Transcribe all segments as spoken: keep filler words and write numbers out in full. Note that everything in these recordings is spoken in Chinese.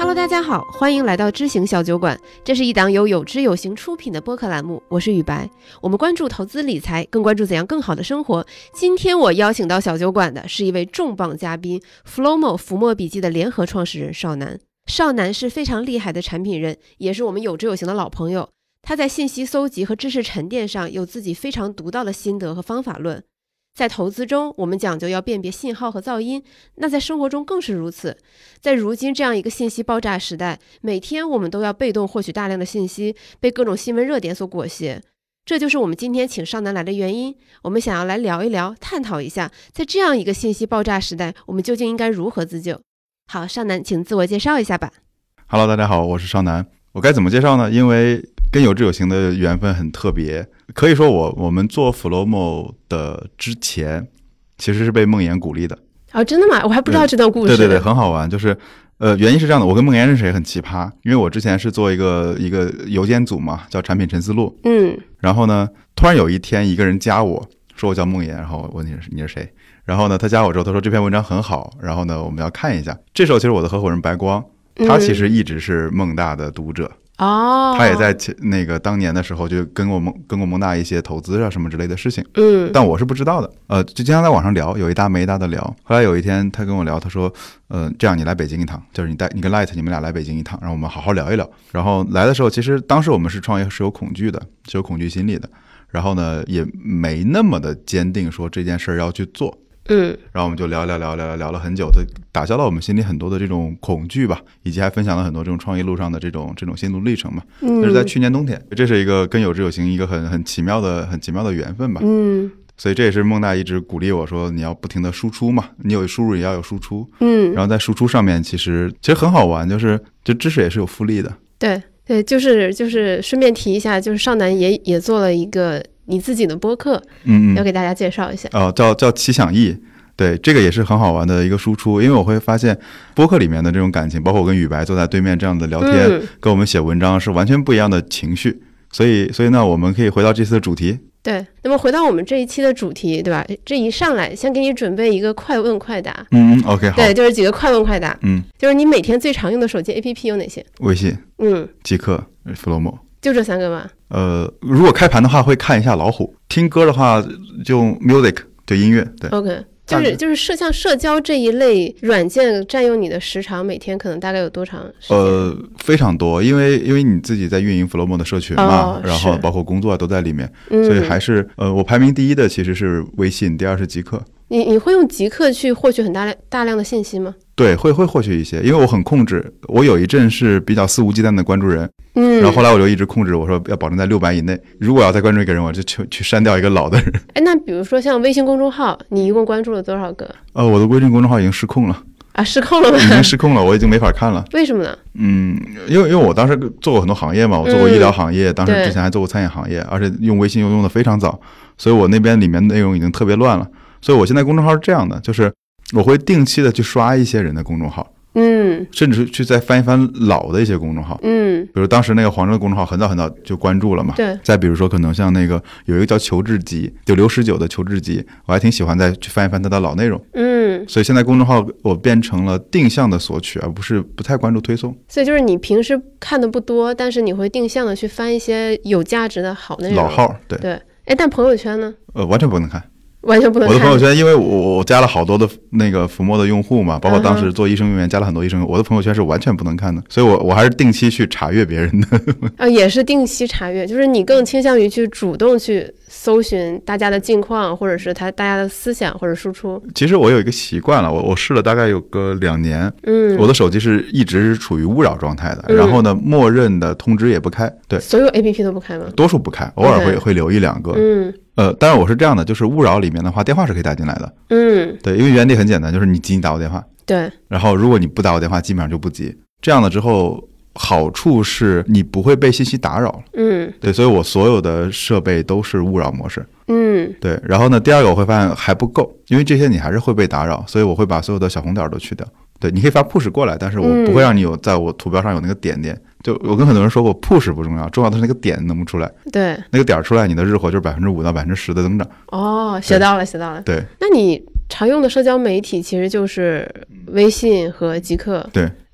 Hello， 大家好，欢迎来到知行小酒馆，这是一档由有知有行出品的播客栏目，我是雨白。我们关注投资理财，更关注怎样更好的生活。今天我邀请到小酒馆的是一位重磅嘉宾 Flomo 浮墨笔记的联合创始人邵楠。邵楠是非常厉害的产品人，也是我们有知有行的老朋友。他在信息搜集和知识沉淀上有自己非常独到的心得和方法论。在投资中，我们讲究要辨别信号和噪音，那在生活中更是如此。在如今这样一个信息爆炸时代，每天我们都要被动获取大量的信息，被各种新闻热点所裹挟。这就是我们今天请邵楠来的原因。我们想要来聊一聊，探讨一下，在这样一个信息爆炸时代，我们究竟应该如何自救。好，邵楠，请自我介绍一下吧。 Hello， 大家好，我是邵楠。我该怎么介绍呢？因为跟有知有行的缘分很特别，可以说我我们做 Flomo 的之前，其实是被梦妍鼓励的。 哦，真的吗？我还不知道这段故事。 对对对，很好玩。就是呃，原因是这样的，我跟梦妍认识也很奇葩，因为我之前是做一个一个邮件组嘛，叫产品沉思录。 嗯。 然后呢，突然有一天一个人加我说我叫梦妍，然后我问你是你是谁？然后呢，他加我之后，他说这篇文章很好，然后呢我们要看一下。这时候其实我的合伙人白光，他其实一直是孟大的读者。 嗯哦， 他也在那个当年的时候就跟过蒙跟过蒙大一些投资啊什么之类的事情， 嗯， 但我是不知道的，呃，就经常在网上聊，有一搭没一搭的聊。后来有一天他跟我聊，他说，呃，这样你来北京一趟，就是你带你跟 Light 你们俩来北京一趟，让我们好好聊一聊。然后来的时候，其实当时我们是创业是有恐惧的，是有恐惧心理的，然后呢也没那么的坚定说这件事要去做。 嗯， 然后我们就聊聊聊聊聊了很久，他打消了我们心里很多的这种恐惧吧，以及还分享了很多这种创业路上的这种这种心路历程嘛。嗯，这是在去年冬天，这是一个跟有知有行一个很很奇妙的很奇妙的缘分吧。 嗯， 所以这也是孟大一直鼓励我说，你要不停的输出嘛，你有输入也要有输出。 嗯， 然后在输出上面，其实其实很好玩，就是就知识也是有复利的。 对对，就是就是顺便提一下，就是邵楠也也做了一个你自己的播客， 嗯， 要给大家介绍一下。 哦，叫叫奇想意。对，这个也是很好玩的一个输出，因为我会发现播客里面的这种感情，包括我跟雨白坐在对面这样的聊天，嗯，跟我们写文章是完全不一样的情绪。所以，所以呢，我们可以回到这次的主题。 对，那么回到我们这一期的主题，对吧？这一上来先给你准备一个快问快答。 嗯 ，OK， 好。 对，就是几个快问快答。 嗯， 就是你每天最常用的手机 A P P 有哪些？ 微信。 嗯。 极客 ，Flomo。 就这三个吗？ 呃，如果开盘的话会看一下老虎，听歌的话就 music， 就音乐。对。 OK。就是就是社像社交这一类软件占用你的时长，每天可能大概有多长时间？ 呃，非常多，因为因为你自己在运营 Flomo 的社群嘛， 哦， 然后包括工作都在里面， 嗯， 所以还是呃，我排名第一的其实是微信，第二是极客。 你你会用极客去获取很大量大量的信息吗？ 对，会会获取一些，因为我很控制，我有一阵是比较肆无忌惮的关注人， 嗯， 然后后来我就一直控制，我说要保证在六百以内，如果要再关注一个人，我就去去删掉一个老的人。 哎，那比如说像微信公众号，你一共关注了多少个？ 呃，我的微信公众号已经失控了。 啊，失控了吗？ 已经失控了，我已经没法看了。 为什么呢？ 嗯，因为因为我当时做过很多行业嘛，我做过医疗行业，嗯，当时之前还做过餐饮行业，而且用微信又用的非常早，所以我那边里面内容已经特别乱了。所以我现在公众号是这样的，就是我会定期的去刷一些人的公众号， 嗯， 甚至去再翻一翻老的一些公众号， 嗯， 比如当时那个黄峥的公众号很早很早就关注了嘛， 对。 再比如说可能像那个有一个叫求智集，就刘十九的求智集，我还挺喜欢再去翻一翻他的老内容， 嗯， 所以现在公众号我变成了定向的索取，而不是不太关注推送。 所以就是你平时看的不多，但是你会定向的去翻一些有价值的好内容。 老号，对对。哎，但朋友圈呢？ 呃，完全不能看。 完全不能看。 我的朋友圈，因为我我加了好多的那个浮墨的用户嘛，包括当时做医生用员加了很多医生，我的朋友圈是完全不能看的，所以我我还是定期去查阅别人的。 啊，也是定期查阅，就是你更倾向于去主动去搜寻大家的近况，或者是他大家的思想或者输出。 其实我有一个习惯了，我我试了大概有个两年，嗯，我的手机是一直是处于勿扰状态的，嗯，然后呢，默认的通知也不开，对， 所有 A P P 都不开吗？ 多数不开，偶尔会、okay. 会留一两个， 嗯。 呃，当然我是这样的，就是勿扰里面的话，电话是可以打进来的。 嗯， 对，因为原理很简单，就是你急你打我电话。 对。然后如果你不打我电话，基本上就不急。这样了之后，好处是你不会被信息打扰。 嗯， 对，所以我所有的设备都是勿扰模式。 嗯， 对。然后呢，第二个我会发现还不够，因为这些你还是会被打扰，所以我会把所有的小红点都去掉。对，你可以发 push 过来，但是我不会让你有在我图标上有那个点点。就我跟很多人说过 push 不重要，重要的是那个点能不能出来。 对， 那个点出来，你的日活就是百分之五到百分之十的增长。 哦，学到了，学到了。 对， 那你常用的社交媒体其实就是微信和极客。 对。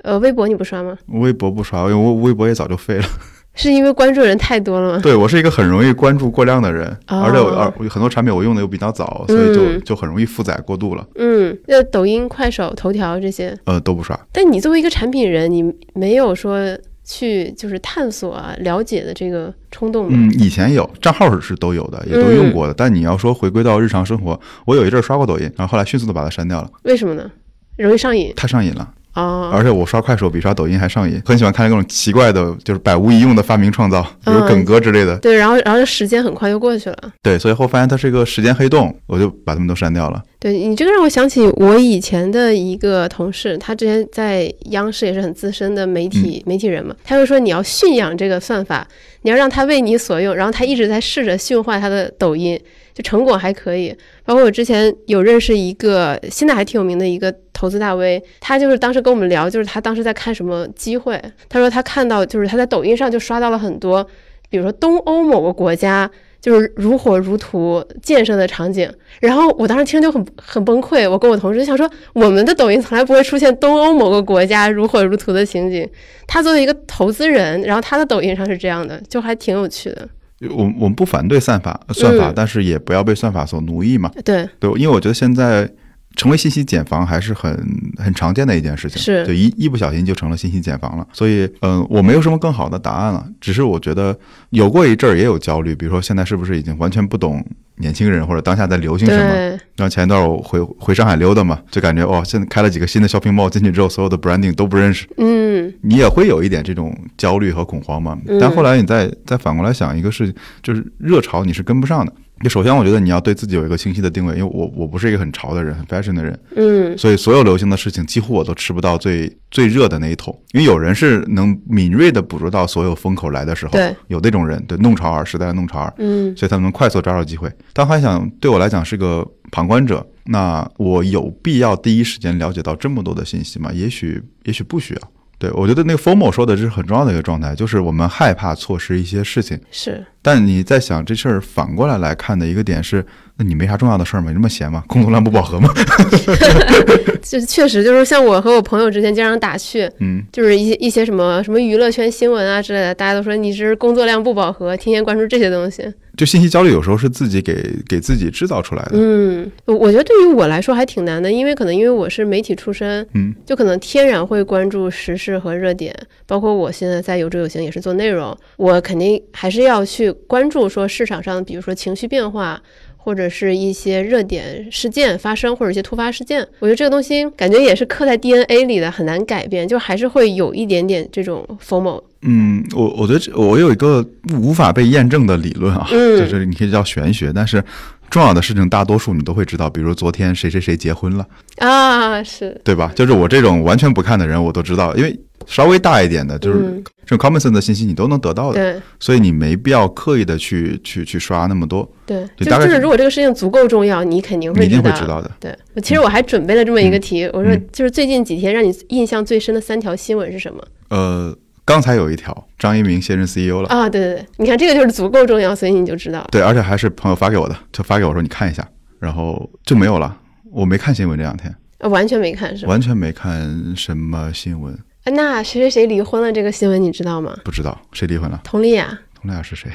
呃，微博你不刷吗？ 微博不刷，因为我微博也早就废了。 是因为关注人太多了吗？ 对，我是一个很容易关注过量的人， 哦、 而且我而很多产品我用的又比较早，所以就、嗯、就很容易负载过度了。 嗯，那抖音、快手、头条这些， 呃，都不刷。 但你作为一个产品人，你没有说去就是探索啊、了解的这个冲动吗？ 嗯，以前有账号是都有的，也都用过的、嗯。但你要说回归到日常生活，我有一阵刷过抖音，然后后来迅速的把它删掉了。 为什么呢？容易上瘾？ 太上瘾了。 哦， 而且我刷快手比刷抖音还上瘾，很喜欢看那种奇怪的，就是百无一用的发明创造，比如梗哥之类的。 嗯、对，然后然后时间很快就过去了。 对，所以后发现它是一个时间黑洞，我就把它们都删掉了。 对，你这个让我想起我以前的一个同事，他之前在央视也是很资深的媒体、嗯、媒体人嘛，他就说你要驯养这个算法，你要让他为你所用，然后他一直在试着驯化他的抖音，就成果还可以。包括我之前有认识一个现在还挺有名的一个投资大 V， 他就是当时跟我们聊，就是他当时在看什么机会，他说他看到就是他在抖音上就刷到了很多比如说东欧某个国家就是如火如荼建设的场景，然后我当时听就很很崩溃，我跟我同事就想说我们的抖音从来不会出现东欧某个国家如火如荼的情景，他作为一个投资人，然后他的抖音上是这样的，就还挺有趣的。 我我们不反对算法算法、嗯、但是也不要被算法所奴役嘛。 对对，因为我觉得现在成为信息茧房还是很很常见的一件事情， 是， 就一一不小心就成了信息茧房了。所以，嗯、呃，我没有什么更好的答案了，只是我觉得有过一阵儿也有焦虑，比如说现在是不是已经完全不懂年轻人或者当下在流行什么？然后前一段我回回上海溜达嘛，就感觉哇，现在开了几个新的 shopping mall， 进去之后所有的 branding 都不认识， 嗯， 你也会有一点这种焦虑和恐慌嘛。 嗯、 但后来你再再反过来想，一个是就是热潮你是跟不上的。就首先我觉得你要对自己有一个清晰的定位，因为我我不是一个很潮的人，很 fashion 的人， 嗯， 所以所有流行的事情几乎我都吃不到最最热的那一桶。因为有人是能敏锐的捕捉到所有风口来的时候， 对， 有那种人，对，弄潮儿时代的弄潮儿， 嗯，所以他们能快速抓到机会。但还想对我来讲是个旁观者，那我有必要第一时间了解到这么多的信息吗？也许也许不需要。对，我觉得那个 FOMO 说的是很重要的一个状态，就是我们害怕错失一些事情。 是， 但你在想这事儿反过来来看的一个点是，那你没啥重要的事儿吗？你这么闲吗？工作量不饱和吗？ 就是确实，就是像我和我朋友之间经常打趣， 嗯， 就是一些一些什么什么娱乐圈新闻啊之类的，大家都说你是工作量不饱和，天天关注这些东西。 就信息焦虑有时候是自己给给自己制造出来的。 嗯，我觉得对于我来说还挺难的，因为可能因为我是媒体出身， 嗯， 就可能天然会关注时事和热点，包括我现在在有知有行也是做内容，我肯定还是要去关注说市场上比如说情绪变化，或者是一些热点事件发生，或者一些突发事件，我觉得这个东西感觉也是刻在 D N A 里的，很难改变，就还是会有一点点这种 FOMO。 嗯，我我觉得我有一个无法被验证的理论啊， 嗯， 就是你可以叫玄学，但是重要的事情大多数你都会知道，比如昨天谁谁谁结婚了啊，是， 对吧？就是我这种完全不看的人我都知道，因为稍微大一点的就是这种 common sense 的信息你都能得到的， 对， 所以你没必要刻意的去去去刷那么多。 对，就大概就是如果这个事情足够重要，你肯定会知道， 你一定会知道的。 对，其实我还准备了这么一个题， 嗯、 我说就是最近几天让你印象最深的三条新闻是什么？ 呃。刚才有一条，张一鸣卸任 C E O 了啊！对对对，你看这个就是足够重要，所以你就知道。 对，而且还是朋友发给我的，就发给我说你看一下，然后就没有了。我没看新闻这两天， 啊、完全没看是吧？ 完全没看什么新闻。 啊、那谁谁谁离婚了这个新闻你知道吗？ 不知道，谁离婚了？ 佟丽娅。 佟丽娅是谁？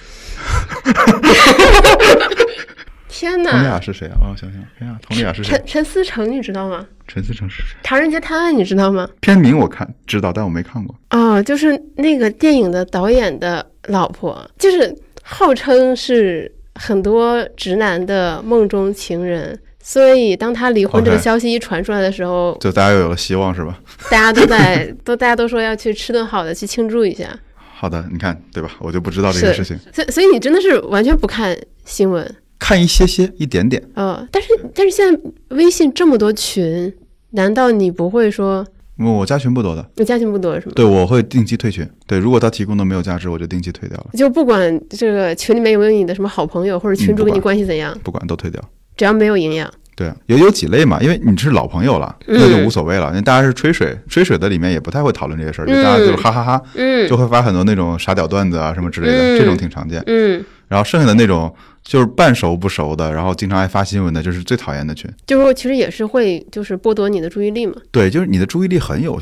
天哪！ 佟丽娅是谁啊？哦，想想，哎呀，佟丽娅是谁？ 陈陈思诚你知道吗？ 陈思诚是谁？ 唐人街探案你知道吗？ 片名我看知道，但我没看过。 哦，就是那个电影的导演的老婆，就是号称是很多直男的梦中情人，所以当他离婚这个消息一传出来的时候， okay, 就大家又有了希望是吧？ 大家都在都大家都说要去吃顿好的去庆祝一下。 好的，你看对吧？我就不知道这个事情， 所以所以你真的是完全不看新闻。 看一些些一点点， 呃，但是但是现在微信这么多群，难道你不会说？ 我加群不多的， 我加群不多是吗？ 对，我会定期退群。对，如果他提供的没有价值，我就定期退掉了。 就不管这个群里面有没有你的什么好朋友，或者群主跟你关系怎样， 嗯、不, 管不管都退掉， 只要没有营养。 对，也有几类嘛，因为你是老朋友了，那就无所谓了。因为大家是吹水，吹水的里面也不太会讨论这些事儿、嗯，就大家就是哈哈哈，嗯，就会发很多那种傻屌段子啊什么之类的，嗯、这种挺常见。 嗯， 然后剩下的那种就是半熟不熟的，然后经常爱发新闻的，就是最讨厌的群。 就是其实也是会就是剥夺你的注意力嘛。 对，就是你的注意力很有限，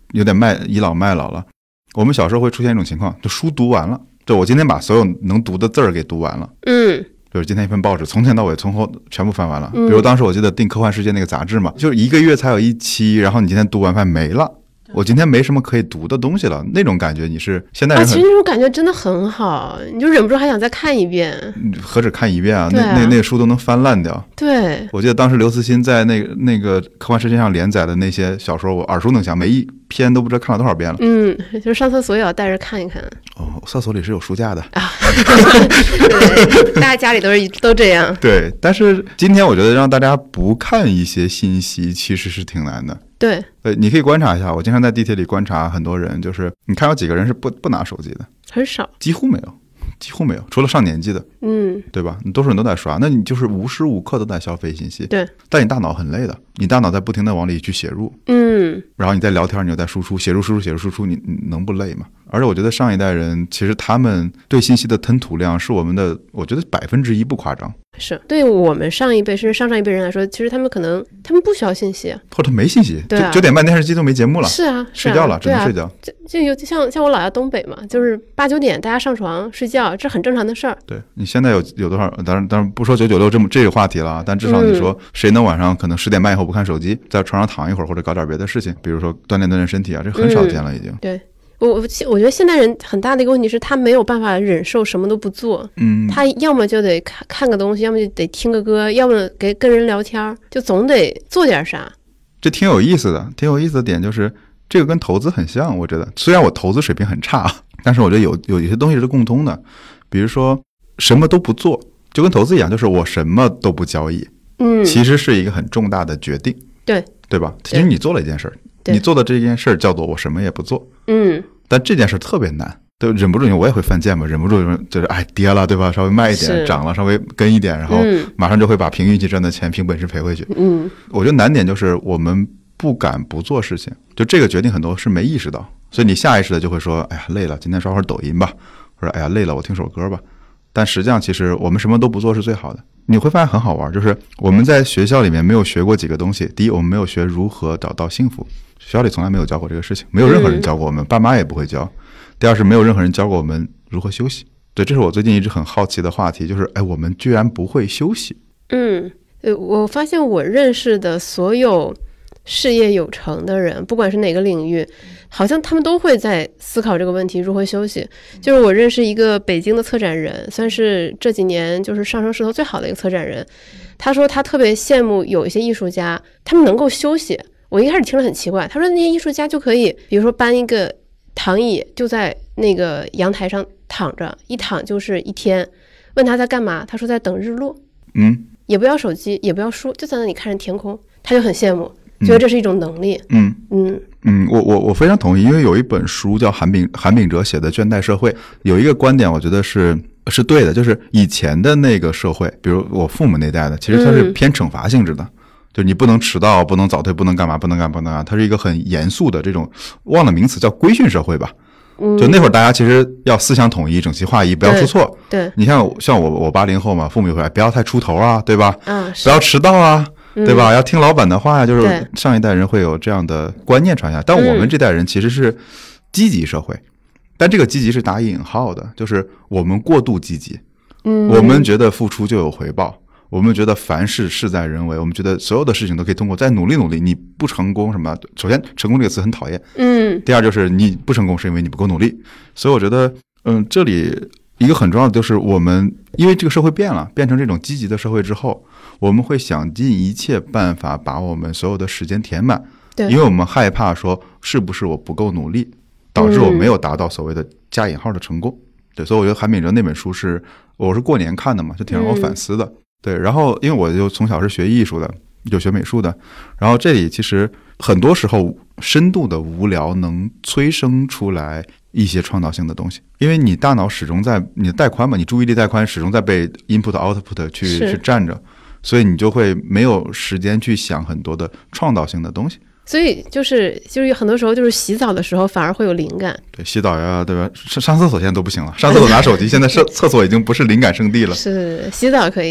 有点卖倚老卖老了。我们小时候会出现一种情况，就书读完了，就我今天把所有能读的字儿给读完了。 嗯， 就是今天一份报纸从前到尾从后全部翻完了。比如当时我记得订科幻世界那个杂志嘛，就是一个月才有一期，然后你今天读完饭没了，我今天没什么可以读的东西了，那种感觉你是现代人、啊、 其实那种感觉真的很好，你就忍不住还想再看一遍。何止看一遍啊， 啊那那那个书都能翻烂掉。 对， 我记得当时刘慈欣在那个那个科幻世界上连载的那些小说，我耳熟能详，每一篇都不知道看了多少遍了。 嗯，就是上厕所也要带着看一看。 哦，厕所里是有书架的啊，对，大家家里都是都这样。 对，但是今天我觉得让大家不看一些信息其实是挺难的。 对， 对，你可以观察一下，我经常在地铁里观察很多人，就是你看有几个人是不不拿手机的， 很少， 几乎没有，几乎没有，除了上年纪的， 嗯， 对吧？你多数人都在刷，那你就是无时无刻都在消费信息。 对， 但你大脑很累的，你大脑在不停的往里去写入， 嗯， 然后你在聊天，你又在输出，写入输出写入输出，你你能不累吗？而且我觉得上一代人其实他们对信息的吞吐量是我们的，我觉得百分之一不夸张。是对我们上一辈甚至上上一辈人来说，其实他们可能他们不需要信息， 或者没信息， 对啊， 九点半电视机都没节目了， 是啊， 睡觉了，只能睡觉。 就就有像像我老家东北嘛，就是八九点大家上床睡觉，这很正常的事儿。 对，你现在有有多少？当然当然不说九九六这么这个话题了，但至少你说谁能晚上可能十点半以后不看手机，在床上躺一会儿或者搞点别的事情，比如说锻炼锻炼身体啊，这很少见了已经。 嗯、对。我我我觉得现代人很大的一个问题是他没有办法忍受什么都不做， 嗯， 他要么就得看看个东西，要么就得听个歌，要么给跟人聊天，就总得做点啥。 这挺有意思的，挺有意思的点就是这个跟投资很像，我觉得虽然我投资水平很差，但是我觉得有有一些东西是共通的，比如说什么都不做，就跟投资一样，就是我什么都不交易，嗯，其实是一个很重大的决定， 对对吧？其实你做了一件事儿。你做的这件事叫做我什么也不做， 嗯， 但这件事特别难，对，忍不住我也会犯贱嘛，忍不住就是哎跌了，对吧？稍微卖一点，涨了稍微跟一点，然后马上就会把凭运气赚的钱凭本事赔回去。 嗯， 我觉得难点就是我们不敢不做事情，就这个决定很多是没意识到，所以你下意识的就会说，哎呀累了，今天刷会儿抖音吧，或者哎呀累了，我听首歌吧。但实际上其实我们什么都不做是最好的。你会发现很好玩，就是我们在学校里面没有学过几个东西。第一，我们没有学如何找到幸福，学校里从来没有教过这个事情，没有任何人教过我们，爸妈也不会教。第二是没有任何人教过我们如何休息。对，这是我最近一直很好奇的话题，就是哎，我们居然不会休息。 嗯，我发现我认识的所有事业有成的人，不管是哪个领域，好像他们都会在思考这个问题，如何休息。就是我认识一个北京的策展人，算是这几年就是上升势头最好的一个策展人，他说他特别羡慕有一些艺术家，他们能够休息。我一开始听了很奇怪，他说那些艺术家就可以比如说搬一个躺椅就在那个阳台上躺着，一躺就是一天。问他在干嘛，他说在等日落， 嗯， 也不要手机也不要书，就在那里看着天空，他就很羡慕，觉得这是一种能力。 嗯嗯嗯，我我我非常同意，因为有一本书叫韩炳韩炳哲写的《倦怠社会》，有一个观点我觉得是是对的，就是以前的那个社会，比如我父母那代的，其实它是偏惩罚性质的，嗯、就你不能迟到，不能早退，不能干嘛，不能干不能干，它是一个很严肃的这种，忘了名词叫规训社会吧。就那会儿大家其实要思想统一，整齐划一，不要出错。 对，对， 你像像我我八零后嘛，父母也会不要太出头啊，对吧？ 嗯， 不要迟到啊。对吧？要听老板的话呀，就是上一代人会有这样的观念传下，但我们这代人其实是积极社会，嗯、但这个积极是打引号的，就是我们过度积极，嗯，我们觉得付出就有回报，我们觉得凡事事在人为，我们觉得所有的事情都可以通过再努力努力，你不成功什么？首先，成功这个词很讨厌，嗯，第二就是你不成功是因为你不够努力，所以我觉得，嗯，这里一个很重要的就是我们因为这个社会变了，变成这种积极的社会之后。我们会想尽一切办法把我们所有的时间填满，因为我们害怕说是不是我不够努力，导致我没有达到所谓的加引号的成功。嗯、对，所以我觉得韩炳哲那本书是我是过年看的嘛，就挺让我反思的。嗯、对，然后因为我就从小是学艺术的，就学美术的，然后这里其实很多时候深度的无聊能催生出来一些创造性的东西，因为你大脑始终在你的带宽嘛，你注意力带宽始终在被 input output 去去占着。所以你就会没有时间去想很多的创造性的东西， 所以就是就是很多时候就是洗澡的时候反而会有灵感。 对，洗澡呀，对吧？上厕所现在都不行了，上厕所拿手机，现在上厕所已经不是灵感圣地了。 是洗澡可以。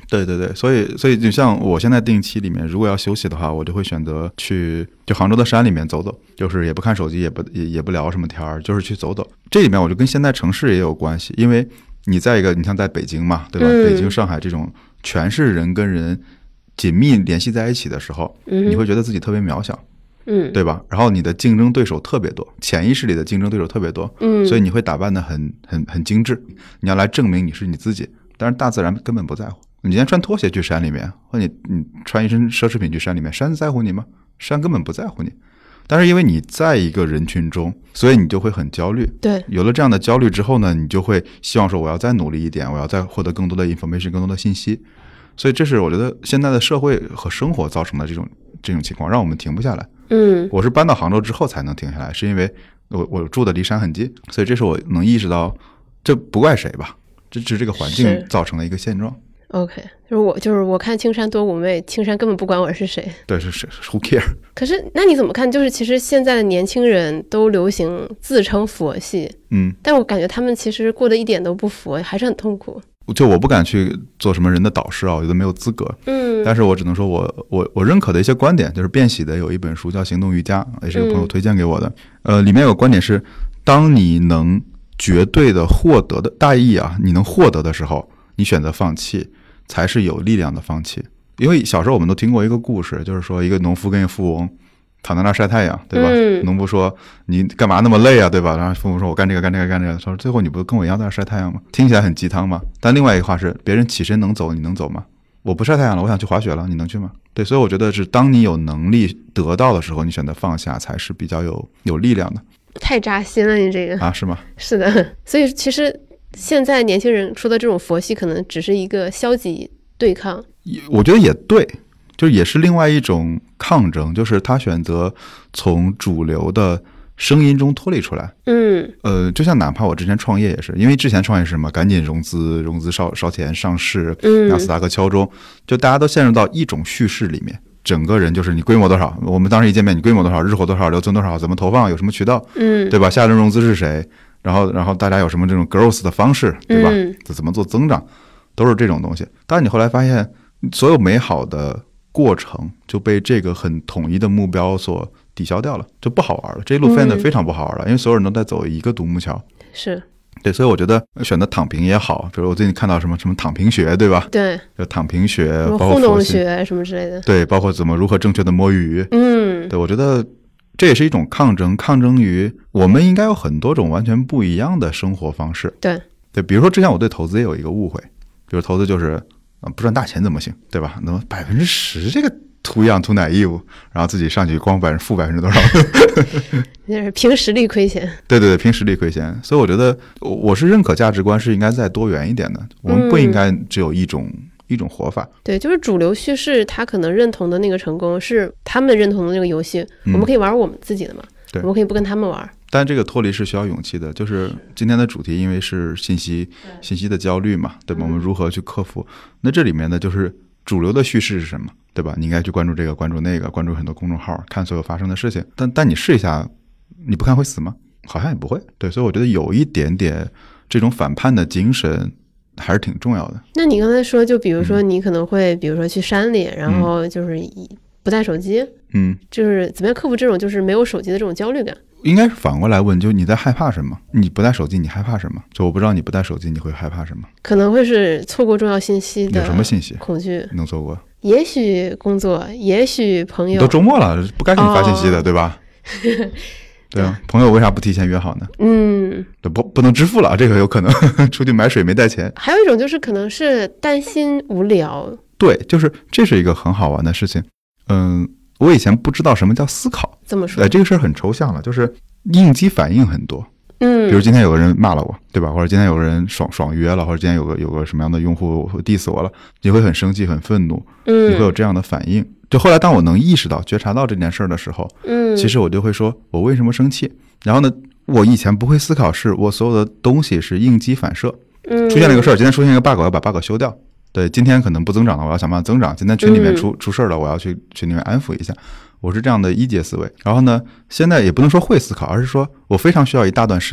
对对对，所以所以就像我现在定期里面，如果要休息的话，我就会选择去就杭州的山里面走走，就是也不看手机，也不也也不聊什么天儿，就是去走走。这里面我就跟现在城市也有关系，因为你在一个你像在北京嘛，对吧？ 嗯、 北京、上海这种全是人跟人紧密联系在一起的时候， 嗯、 你会觉得自己特别渺小。 嗯， 对吧？然后你的竞争对手特别多，潜意识里的竞争对手特别多， 嗯， 所以你会打扮得很很很精致，你要来证明你是你自己。但是大自然根本不在乎，你今天穿拖鞋去山里面，或者你你穿一身奢侈品去山里面，山在乎你吗？山根本不在乎你。但是因为你在一个人群中，所以你就会很焦虑。 对， 有了这样的焦虑之后呢，你就会希望说我要再努力一点，我要再获得更多的 information， 更多的信息。所以这是我觉得现在的社会和生活造成的这种这种情况，让我们停不下来。 嗯， 我是搬到杭州之后才能停下来，是因为我我住的离山很近，所以这是我能意识到，这不怪谁吧，这只是这个环境造成的一个现状。 OK， 就是我就是我看青山多妩媚，青山根本不管我是谁。 对，是是 who care。 可是那你怎么看？就是其实现在的年轻人都流行自称佛系， 嗯， 但我感觉他们其实过得一点都不佛，还是很痛苦。 就我不敢去做什么人的导师啊，我觉得没有资格。 嗯， 但是我只能说我我我认可的一些观点，就是变喜的有一本书叫《行动瑜伽》，也是一个朋友推荐给我的。嗯、呃，里面有个观点是，当你能绝对的获得的大意啊，你能获得的时候，你选择放弃，才是有力量的放弃。因为小时候我们都听过一个故事，就是说一个农夫跟一个富翁躺在那儿晒太阳，对吧？ 嗯、 农夫说你干嘛那么累啊，对吧？然后父母说我干这个干这个干这个，说最后你不跟我一样在那晒太阳吗？听起来很鸡汤嘛。但另外一个话是，别人起身能走，你能走吗？我不晒太阳了，我想去滑雪了，你能去吗？对，所以我觉得是当你有能力得到的时候，你选择放下才是比较有有力量的。 太扎心了，你这个啊，是吗？ 是的，所以其实现在年轻人说的这种佛系，可能只是一个消极对抗。 我觉得也对。就也是另外一种抗争，就是他选择从主流的声音中脱离出来。 嗯， 呃，就像哪怕我之前创业也是，因为之前创业是什么，赶紧融资，融资烧烧钱上市，纳斯达克敲钟，就大家都陷入到一种叙事里面，整个人就是你规模多少，我们当时一见面，你规模多少，日活多少，留存多少，怎么投放，有什么渠道， 嗯， 对吧？下一轮融资是谁？然后，然后大家有什么这种 growth 的方式，对吧？ 嗯、 怎么做增长，都是这种东西。但是你后来发现，所有美好的过程就被这个很统一的目标所抵消掉了，就不好玩了。这一路变得非常不好玩了，嗯、因为所有人都在走一个独木桥。 是， 对，所以我觉得选择躺平也好，比如我最近看到什么什么躺平学，对吧？ 对， 就躺平学，包括糊弄学什么之类的。 对，包括怎么如何正确的摸鱼。 嗯， 对，我觉得这也是一种抗争，抗争于我们应该有很多种完全不一样的生活方式。 对， 对，比如说之前我对投资也有一个误会，比如投资就是。不赚大钱怎么行，对吧？那么百分之十这个图样图奶义务，然后自己上去光百分负百分之多少？ 那是凭实力亏钱。 对对对，凭实力亏钱。所以我觉得我是认可价值观是应该再多元一点的，我们不应该只有一种、嗯、一种活法。 对，就是主流叙事，他可能认同的那个成功是他们认同的那个游戏，嗯、我们可以玩我们自己的嘛，我们可以不跟他们玩。 但这个脱离是需要勇气的，就是今天的主题因为是信息信息的焦虑嘛，对吧？我们如何去克服？那这里面呢，就是主流的叙事是什么，对吧？你应该去关注这个，关注那个，关注很多公众号，看所有发生的事情。但但你试一下，你不看会死吗？好像也不会。对，所以我觉得有一点点这种反叛的精神还是挺重要的。 那你刚才说，就比如说你可能会，嗯、比如说去山里，然后就是不带手机，嗯，就是怎么样克服这种就是没有手机的这种焦虑感？ 应该是反过来问，就你在害怕什么？你不带手机，你害怕什么？就我不知道你不带手机，你会害怕什么？ 可能会是错过重要信息的。 有什么信息？ 恐惧能错过？ 也许工作，也许朋友。 都周末了，不该给你发信息的，哦、对吧？对啊，朋友为啥不提前约好呢？嗯，不不能支付了，这个有可能出去买水没带钱。 还有一种就是可能是担心无聊。 对，就是这是一个很好玩的事情。嗯。我以前不知道什么叫思考， 怎么说？ 哎，这个事儿很抽象了，就是应激反应很多。 嗯， 比如今天有个人骂了我，对吧？或者今天有个人爽爽约了，或者今天有个有个什么样的用户 diss 我了，你会很生气、很愤怒，嗯，你会有这样的反应。就后来当我能意识到、觉察到这件事儿的时候，嗯，其实我就会说，我为什么生气？然后呢，我以前不会思考，是我所有的东西是应激反射。嗯，出现了一个事儿，今天出现一个 bug， 我要把 bug 修掉。对，今天可能不增长了，我要想办法增长。今天群里面出、嗯、出事了，我要去群里面安抚一下。我是这样的一阶思维。然后呢，现在也不能说会思考，而是说我非常需要一大段时间，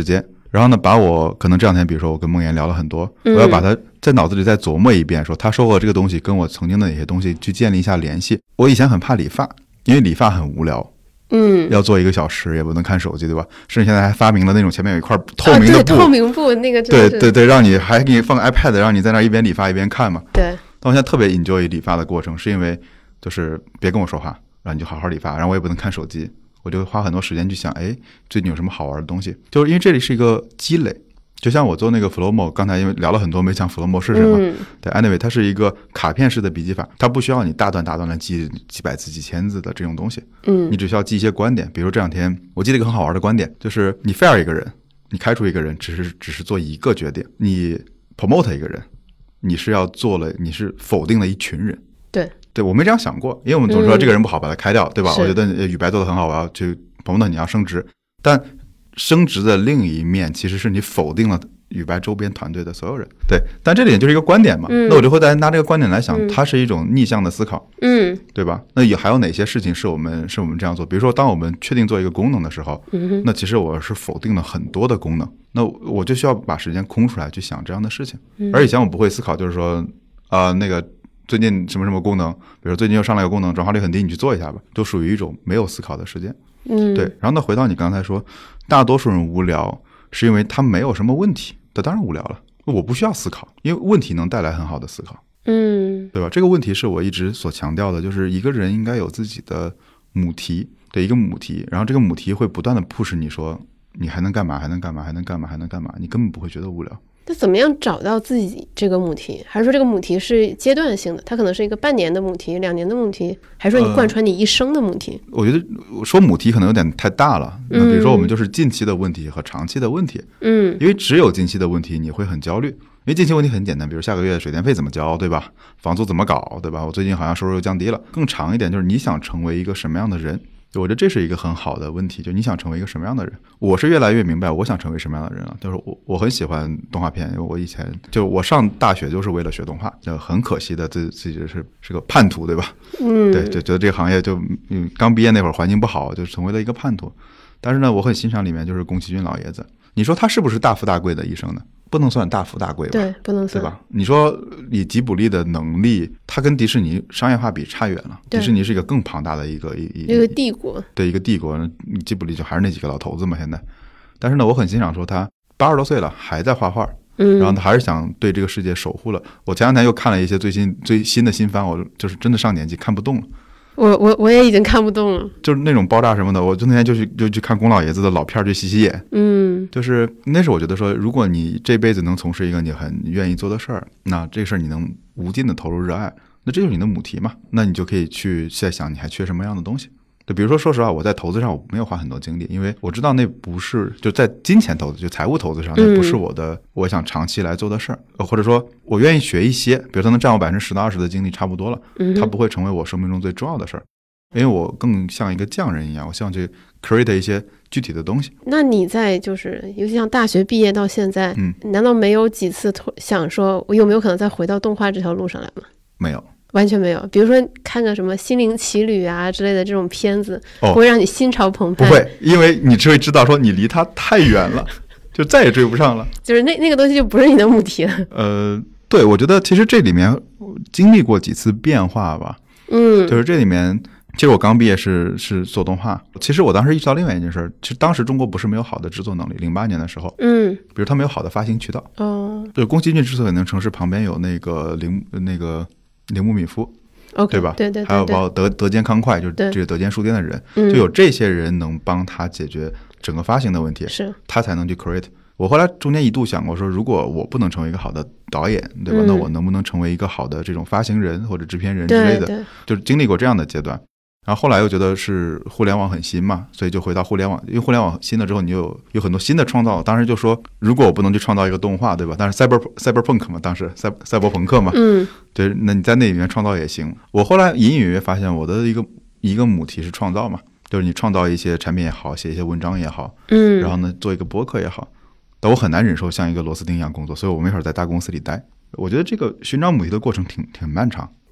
然后呢，把我可能这两天，比如说我跟梦妍聊了很多，我要把它在脑子里再琢磨一遍，说他说过这个东西跟我曾经的哪些东西去建立一下联系。我以前很怕理发，因为理发很无聊，嗯，要做一个小时也不能看手机，对吧？甚至现在还发明了那种前面有一块透明的布， 啊、对，透明布那个， 对对对，让你还给你放个 iPad， 让你在那一边理发一边看嘛。 对。 但我现在特别 enjoy 理发的过程，是因为就是别跟我说话，然后你就好好理发，然后我也不能看手机。我就花很多时间去想，哎，最近有什么好玩的东西？就是因为这里是一个积累，就像我做那个 Flowmo， 刚才因为聊了很多，没讲 Flowmo 是什么。嗯、对 ，anyway， 它是一个卡片式的笔记法，它不需要你大段大段的记几百字、几千字的这种东西。嗯，你只需要记一些观点，比如这两天我记得一个很好玩的观点，就是你 fire 一个人，你开除一个人，只是只是做一个决定；你 promote 一个人，你是要做了，你是否定了一群人。 对。 对，我没这样想过，因为我们总说这个人不好，把他开掉，嗯、对吧？我觉得宇白做得很好，我要去捧捧你要升职，但升职的另一面其实是你否定了宇白周边团队的所有人。对，但这里就是一个观点嘛，嗯、那我就会再拿这个观点来想，嗯、它是一种逆向的思考，嗯，对吧？那也还有哪些事情是我们是我们这样做？比如说，当我们确定做一个功能的时候，嗯、那其实我是否定了很多的功能，那我就需要把时间空出来去想这样的事情。嗯、而以前我不会思考，就是说，啊、呃，那个。最近什么什么功能，比如说最近又上来一个功能，转化率很低，你去做一下吧，就属于一种没有思考的时间。嗯，对。然后呢，回到你刚才说，大多数人无聊是因为他没有什么问题，他当然无聊了。我不需要思考，因为问题能带来很好的思考。嗯，对吧？这个问题是我一直所强调的，就是一个人应该有自己的母题，对，一个母题，然后这个母题会不断的 push 你说，你还能干嘛？还能干嘛？还能干嘛？还能干嘛？你根本不会觉得无聊。 那怎么样找到自己这个母题？还是说这个母题是阶段性的？它可能是一个半年的母题，两年的母题，还是说你贯穿你一生的母题？ 呃、我觉得说母题可能有点太大了。那比如说我们就是近期的问题和长期的问题。嗯，因为只有近期的问题你会很焦虑，因为近期问题很简单，比如下个月水电费怎么交，对吧？房租怎么搞，对吧？我最近好像收入又降低了。更长一点就是你想成为一个什么样的人？我觉得这是一个很好的问题，就你想成为一个什么样的人。我是越来越明白我想成为什么样的人了，就是我我很喜欢动画片，因为我以前就我上大学就是为了学动画，就很可惜的自自己是是个叛徒，对吧？嗯，对，就觉得这个行业就嗯刚毕业那会儿环境不好，就成为了一个叛徒。但是呢，我很欣赏里面就是宫崎骏老爷子，你说他是不是大富大贵的一生呢？不能算大富大贵吧， 对，不能算， 对吧？你说以吉卜力的能力，他跟迪士尼商业化比差远了。迪士尼是一个更庞大的一个一一个帝国， 对，一个帝国。吉卜力就还是那几个老头子嘛，现在。但是呢，我很欣赏说他八十多岁了还在画画，嗯，然后他还是想对这个世界守护了。我前两天又看了一些最新最新的新番，我就是真的上年纪看不动了。 我我我也已经看不动了， 就是那种爆炸什么的，我就那天就去就去看宫老爷子的老片去洗洗眼，嗯，就是那是我觉得说，如果你这辈子能从事一个你很愿意做的事儿，那这个事儿你能无尽的投入热爱，那这就是你的母题嘛，那你就可以去再想你还缺什么样的东西。就比如说，说实话，我在投资上我没有花很多精力，因为我知道那不是就在金钱投资，就财务投资上，那不是我的、嗯、我想长期来做的事儿，或者说我愿意学一些，比如它能占我百分之十到二十的精力差不多了，它不会成为我生命中最重要的事儿，因为我更像一个匠人一样，我希望去 create 一些具体的东西。 那你在就是尤其像大学毕业到现在，嗯，难道没有几次想说我有没有可能再回到动画这条路上来吗？ 没有。 完全没有。比如说看个什么心灵奇旅啊之类的这种片子、哦、不会让你心潮澎湃？ 不会，因为你就会知道说你离它太远了就再也追不上了， 就是那那个东西就不是你的母题了。 呃，对，我觉得其实这里面经历过几次变化吧。嗯，就是这里面其实我刚毕业是是做动画，其实我当时意识到另外一件事，其实当时中国不是没有好的制作能力，零八年的时候，嗯，比如它没有好的发行渠道。哦，就是宫崎骏之所以能城市旁边有那个铃那个铃木敏夫、okay, 对吧？对对对对，还有包括德德间康快，就是这个德间书店的人，就有这些人能帮他解决整个发行的问题，是他才能去 create。我后来中间一度想过说，如果我不能成为一个好的导演，对吧？嗯、那我能不能成为一个好的这种发行人或者制片人之类的？就是经历过这样的阶段。然后后来又觉得是互联网很新嘛，所以就回到互联网，因为互联网新了之后，你有有很多新的创造。当时就说，如果我不能去创造一个动画，对吧？但是 cyber cyberpunk 嘛，当时赛赛博朋克嘛，嗯，对，那你在那里面创造也行。我后来隐隐约约发现，我的一个一个母题是创造嘛，就是你创造一些产品也好，写一些文章也好，嗯，然后呢做一个播客也好。但我很难忍受像一个螺丝钉一样工作，所以我没法在大公司里待。我觉得这个寻找母题的过程挺挺漫长。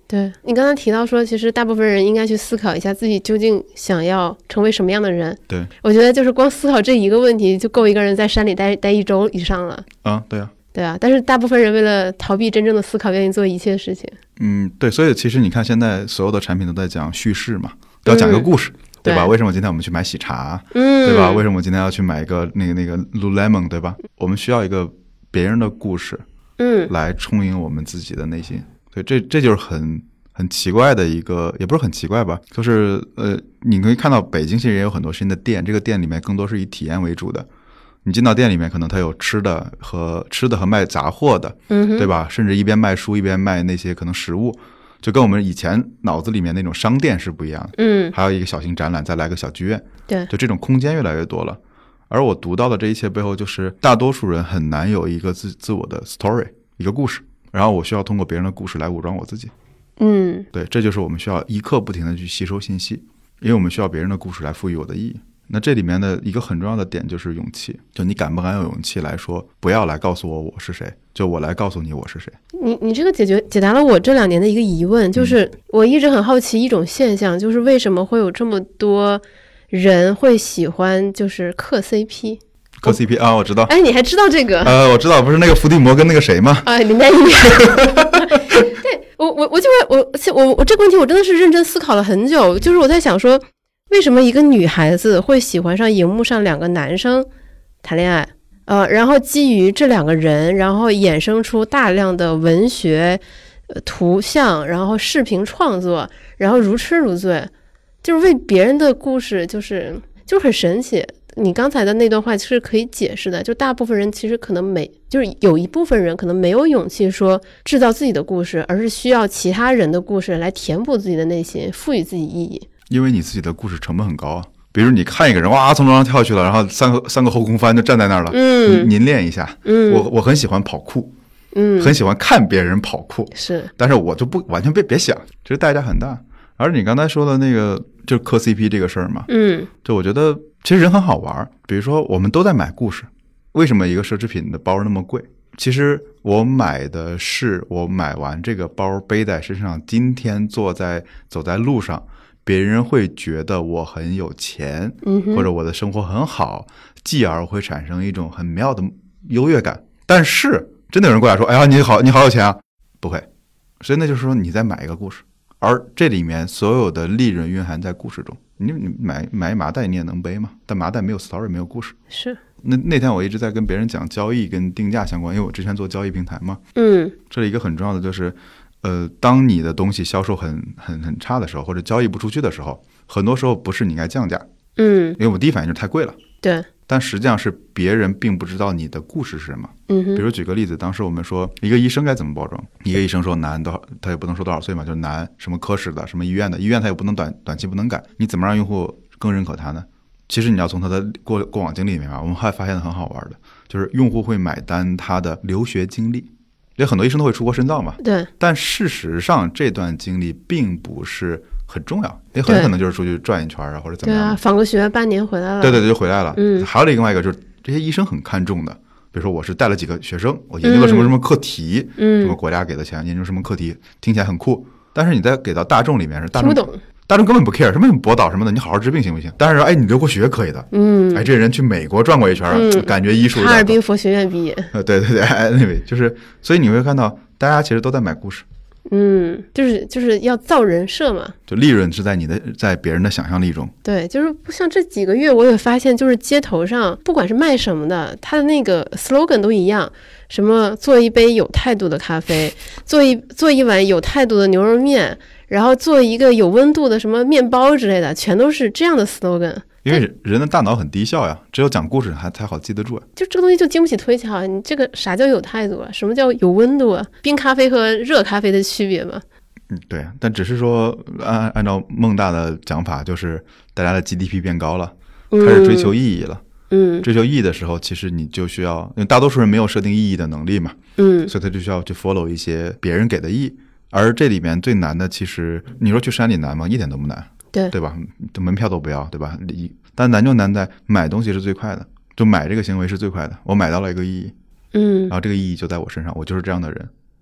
对，你刚才提到说，其实大部分人应该去思考一下自己究竟想要成为什么样的人。 对， 我觉得就是光思考这一个问题就够一个人在山里待待一周以上了。 啊，对啊， 对啊，但是大部分人为了逃避真正的思考，愿意做一切事情。 嗯，对，所以其实你看现在所有的产品都在讲叙事嘛，都要讲个故事。嗯，对吧？ 对， 为什么今天我们去买喜茶？ 嗯， 对吧？为什么我今天要去买一个那个那个 Lululemon？ 对吧？我们需要一个别人的故事， 嗯， 来充盈我们自己的内心。所以这这就是很很奇怪的一个，也不是很奇怪吧，就是呃，你可以看到北京其实也有很多新的店，这个店里面更多是以体验为主的。你进到店里面，可能它有吃的和吃的和卖杂货的， 嗯， 对吧？甚至一边卖书一边卖那些可能食物。就跟我们以前脑子里面那种商店是不一样的， 嗯， 还有一个小型展览，再来个小剧院， 对， 就这种空间越来越多了。而我读到的这一切背后，就是大多数人很难有一个自自我的 story， 一个故事，然后我需要通过别人的故事来武装我自己。 嗯， 对，这就是我们需要一刻不停的去吸收信息，因为我们需要别人的故事来赋予我的意义。那这里面的一个很重要的点就是勇气，就你敢不敢有勇气来说，不要来告诉我我是谁，就我来告诉你我是谁。 你你这个解决解答了我这两年的一个疑问，就是我一直很好奇一种现象，就是为什么会有这么多人会喜欢就是磕 C P。 磕 C P 啊，我知道。 哎，你还知道这个？ 呃，我知道，不是那个伏地魔跟那个谁吗？ 啊，林黛玉。对，我我我就会我我我这个问题我真的是认真思考了很久，就是我在想说，为什么一个女孩子会喜欢上荧幕上两个男生谈恋爱？呃，然后基于这两个人，然后衍生出大量的文学、呃、图像，然后视频创作，然后如痴如醉，就是为别人的故事，就是就是很神奇。你刚才的那段话其实可以解释的，就大部分人其实可能没，就是有一部分人可能没有勇气说制造自己的故事，而是需要其他人的故事来填补自己的内心，赋予自己意义。 因为你自己的故事成本很高啊。比如你看一个人哇从楼上跳去了，然后三个三个后空翻就站在那儿了， 嗯， 您练一下。 嗯， 我我很喜欢跑酷， 嗯， 很喜欢看别人跑酷， 是， 但是我就不完全别别想，这代价很大。而你刚才说的那个就是磕 C P 这个事儿嘛， 嗯， 就我觉得其实人很好玩。比如说我们都在买故事，为什么一个奢侈品的包那么贵？其实我买的是我买完这个包背在身上，今天坐在走在路上，别人会觉得我很有钱， 嗯哼， 或者我的生活很好，继而会产生一种很妙的优越感。但是真的有人过来说，哎呀你好你好有钱啊，不会，所以那就是说你在买一个故事，而这里面所有的利润蕴含在故事中。你你买买麻袋你也能背嘛，但麻袋没有 story 没有故事。 是。 那那天我一直在跟别人讲交易跟定价相关，因为我之前做交易平台嘛。 嗯， 这里一个很重要的就是，呃，当你的东西销售很很很差的时候，或者交易不出去的时候，很多时候不是你该降价， 嗯， 因为我第一反应就是太贵了。 对。 但实际上是别人并不知道你的故事是什么。 嗯哼， 比如举个例子，当时我们说一个医生该怎么包装，一个医生说男多少，他也不能说多少岁嘛，就是男什么科室的，什么医院的，医院他也不能短短期不能改，你怎么让用户更认可他呢？其实你要从他的过过往经历里面啊，我们还发现的很好玩的，就是用户会买单他的留学经历，因为很多医生都会出国深造嘛。 对。 但事实上这段经历并不是很重要，也很可能就是出去转一圈啊，或者怎么样。 对啊，访个学半年回来了。 对对对，就回来了。 嗯。 还有另外一个就是这些医生很看重的，比如说我是带了几个学生，我研究了什么什么课题，嗯，什么国家给的钱研究什么课题，听起来很酷。但是你再给到大众里面是大众听不懂。 大众根本不 care 什么博导什么的，你好好治病行不行？但是哎，你留过学可以的，嗯，哎，这人去美国转过一圈，嗯、感觉医术哈尔滨佛学院毕业， 呃，对对对，那位就是，所以你会看到大家其实都在买故事， 嗯，就是就是要造人设嘛， 就利润是在你的在别人的想象力中， 对，就是不像这几个月我也发现，就是街头上不管是卖什么的，他的那个 slogan 都一样，什么做一杯有态度的咖啡，做一做一碗有态度的牛肉面。然后做一个有温度的什么面包之类的，全都是这样的 slogan。 因为人的大脑很低效呀，只有讲故事还才好记得住。 就这个东西就经不起推敲，你这个啥叫有态度啊？什么叫有温度啊？冰咖啡和热咖啡的区别嘛？ 嗯，对。但只是说按按照孟大的讲法，就是大家的 G D P 变高了，开始追求意义了。 嗯， 追求意义的时候，其实你就需要，因为大多数人没有设定意义的能力嘛。嗯，所以他就需要去 follow 一些别人给的意义。而这里面最难的，其实你说去山里难吗？一点都不难， 对对吧？门票都不要，对吧？但难就难在买东西是最快的，就买这个行为是最快的。我买到了一个意义，嗯，然后这个意义就在我身上，我就是这样的人，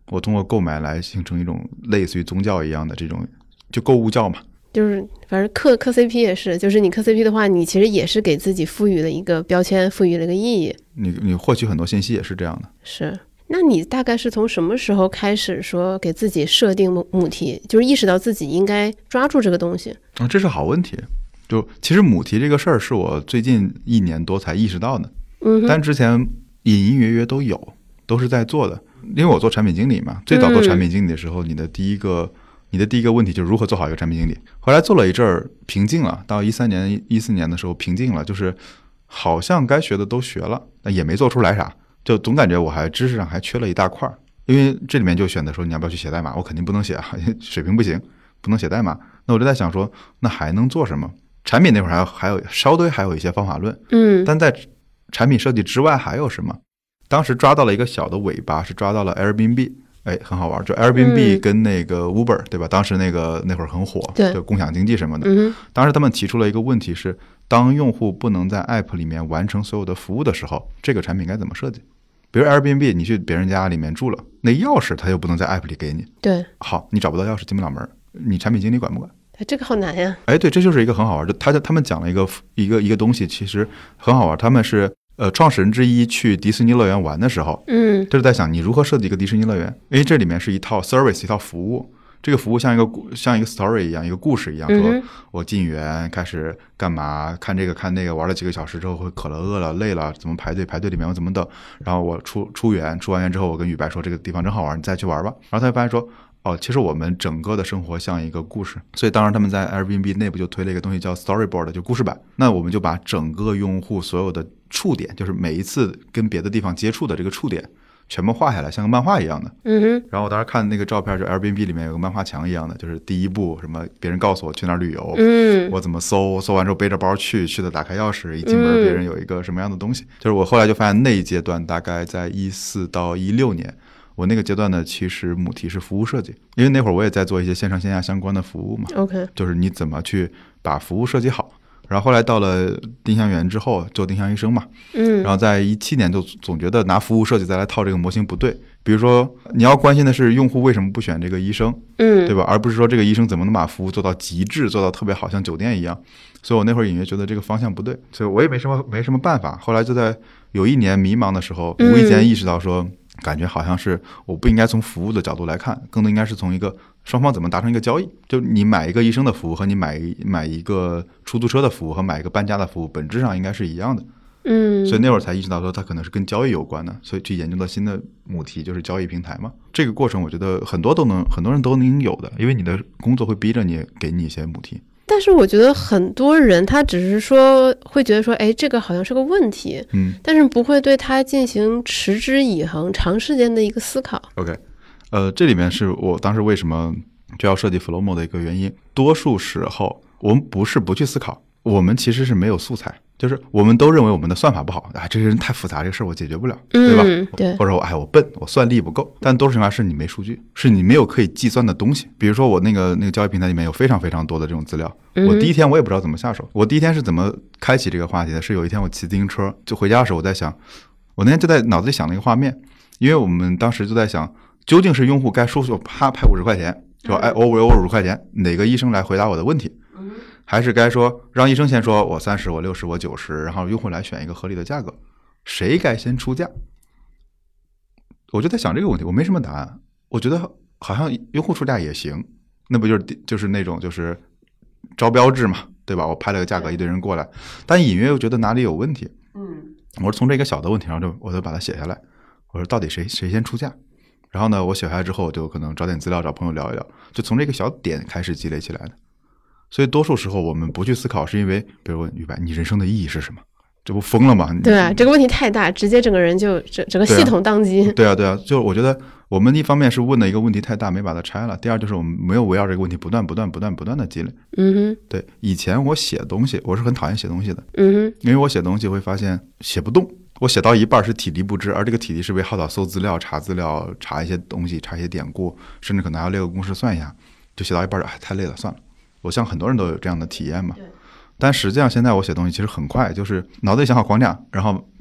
我通过购买来形成一种类似于宗教一样的这种就购物教嘛。 就是反正磕磕 C P 也是，就是你磕 C P 的话，你其实也是给自己赋予了一个标签，赋予了一个意义。 你你获取很多信息也是这样的。 是，那你大概是从什么时候开始说给自己设定母母题，就是意识到自己应该抓住这个东西？ 啊，这是好问题。就其实母题这个事儿是我最近一年多才意识到的， 嗯， 但之前隐隐约约都有，都是在做的。因为我做产品经理嘛，最早做产品经理的时候，嗯、你的第一个。你的第一个问题就是如何做好一个产品经理。后来做了一阵儿平静了，到一三年、一四年的时候平静了，就是好像该学的都学了，但也没做出来啥，就总感觉我还知识上还缺了一大块。因为这里面就选择说你要不要去写代码，我肯定不能写啊，水平不行，不能写代码。那我就在想说，那还能做什么？产品那会儿还有还有稍微还有一些方法论， 嗯， 但在产品设计之外还有什么？当时抓到了一个小的尾巴，是抓到了 Airbnb。哎，很好玩，就 Airbnb 跟那个 Uber、嗯、对吧？当时那个那会儿很火，就共享经济什么的、 嗯。 当时他们提出了一个问题是，当用户不能在 App 里面完成所有的服务的时候，这个产品该怎么设计？比如 Airbnb， 你去别人家里面住了，那钥匙他又不能在 App 里给你， 对， 好，你找不到钥匙进不了门，你产品经理管不管？ 这个好难呀！ 哎，对，这就是一个很好玩，就他他们讲了一个一个一个东西，其实很好玩，他们是。呃，创始人之一去迪士尼乐园玩的时候， 嗯， 就是在想你如何设计一个迪士尼乐园，因为这里面是一套 service， 一套服务，这个服务像一个像一个 story 一样，一个故事一样，说我进园开始干嘛，看这个看那个，玩了几个小时之后会渴了、饿了、累了，怎么排队，排队里面我怎么等，然后我出出园，出完园之后，我跟宇白说这个地方真好玩，你再去玩吧。然后他就发现说，哦，其实我们整个的生活像一个故事，所以当然他们在 Airbnb 内部就推了一个东西叫 Storyboard， 就故事版。那我们就把整个用户所有的触点，就是每一次跟别的地方接触的这个触点全部画下来，像个漫画一样的。 嗯哼。 然后我当时看那个照片，就 Airbnb 里面有个漫画墙一样的，就是第一步什么别人告诉我去哪儿旅游， 嗯， 我怎么搜，搜完之后背着包去，去的打开钥匙，一进门别人有一个什么样的东西。嗯、就是我后来就发现那一阶段大概在一四到一六年。我那个阶段呢，其实母题是服务设计，因为那会儿我也在做一些线上线下相关的服务嘛。 OK， 就是你怎么去把服务设计好。然后后来到了丁香园之后，做丁香医生嘛， 嗯， 然后在一七年就总觉得拿服务设计再来套这个模型不对。比如说你要关心的是用户为什么不选这个医生， 嗯， 对吧？而不是说这个医生怎么能把服务做到极致，做到特别好，像酒店一样。所以我那会儿隐约觉得这个方向不对，所以我也没什么没什么办法。后来就在有一年迷茫的时候，无意间意识到说。嗯，感觉好像是我不应该从服务的角度来看，更多应该是从一个双方怎么达成一个交易。就你买一个医生的服务和你买买一个出租车的服务和买一个搬家的服务本质上应该是一样的。 嗯， 所以那会儿才意识到说它可能是跟交易有关的，所以去研究到新的母题就是交易平台嘛。这个过程我觉得很多都能很多人都能有的，因为你的工作会逼着你给你一些母题。 但是我觉得很多人他只是说会觉得说，哎，这个好像是个问题， 嗯， 但是不会对它进行持之以恒、长时间的一个思考。 OK， 呃，这里面是我当时为什么就要设计 Flomo 的一个原因。多数时候我们不是不去思考，我们其实是没有素材，就是我们都认为我们的算法不好，哎，这个人太复杂，这个事儿我解决不了， 嗯、 对吧？ 对， 或者我哎我笨，我算力不够。但多数情况是你没数据，是你没有可以计算的东西。比如说我那个那个交易平台里面有非常非常多的这种资料， 嗯、 我第一天我也不知道怎么下手。我第一天是怎么开启这个话题的？是有一天我骑自行车就回家的时候，我在想，我那天就在脑子里想了一个画面，因为我们当时就在想，究竟是用户该输入啪拍五十块钱，说哎我我五十块钱，哪个医生来回答我的问题？还是该说让医生先说我三十我六十我九十，然后用户来选一个合理的价格，谁该先出价？我就在想这个问题，我没什么答案。我觉得好像用户出价也行，那不就是就是那种就是招标制嘛，对吧？我拍了个价格，一堆人过来，但隐约又觉得哪里有问题。 嗯， 我说从这个小的问题上就我就把它写下来，我说到底谁谁先出价？然后呢，我写下来之后，我就可能找点资料，找朋友聊一聊，就从这个小点开始积累起来的。所以多数时候我们不去思考，是因为比如问宇白，你人生的意义是什么？这不疯了吗？ 对啊，这个问题太大，直接整个人就整整个系统宕机。 对啊，对啊，就我觉得我们一方面是问的一个问题太大，没把它拆了；第二就是我们没有围绕这个问题不断、不断、不断、不断的积累。 嗯哼， 对，以前我写东西，我是很讨厌写东西的。 嗯哼， 因为我写东西会发现写不动，我写到一半是体力不支，而这个体力是被耗到搜资料、查资料、查一些东西、查一些典故，甚至可能还要列个公式算一下，就写到一半，哎，太累了，算了。我像很多人都有这样的体验嘛。但实际上现在我写东西其实很快，就是脑子里想好框架，然后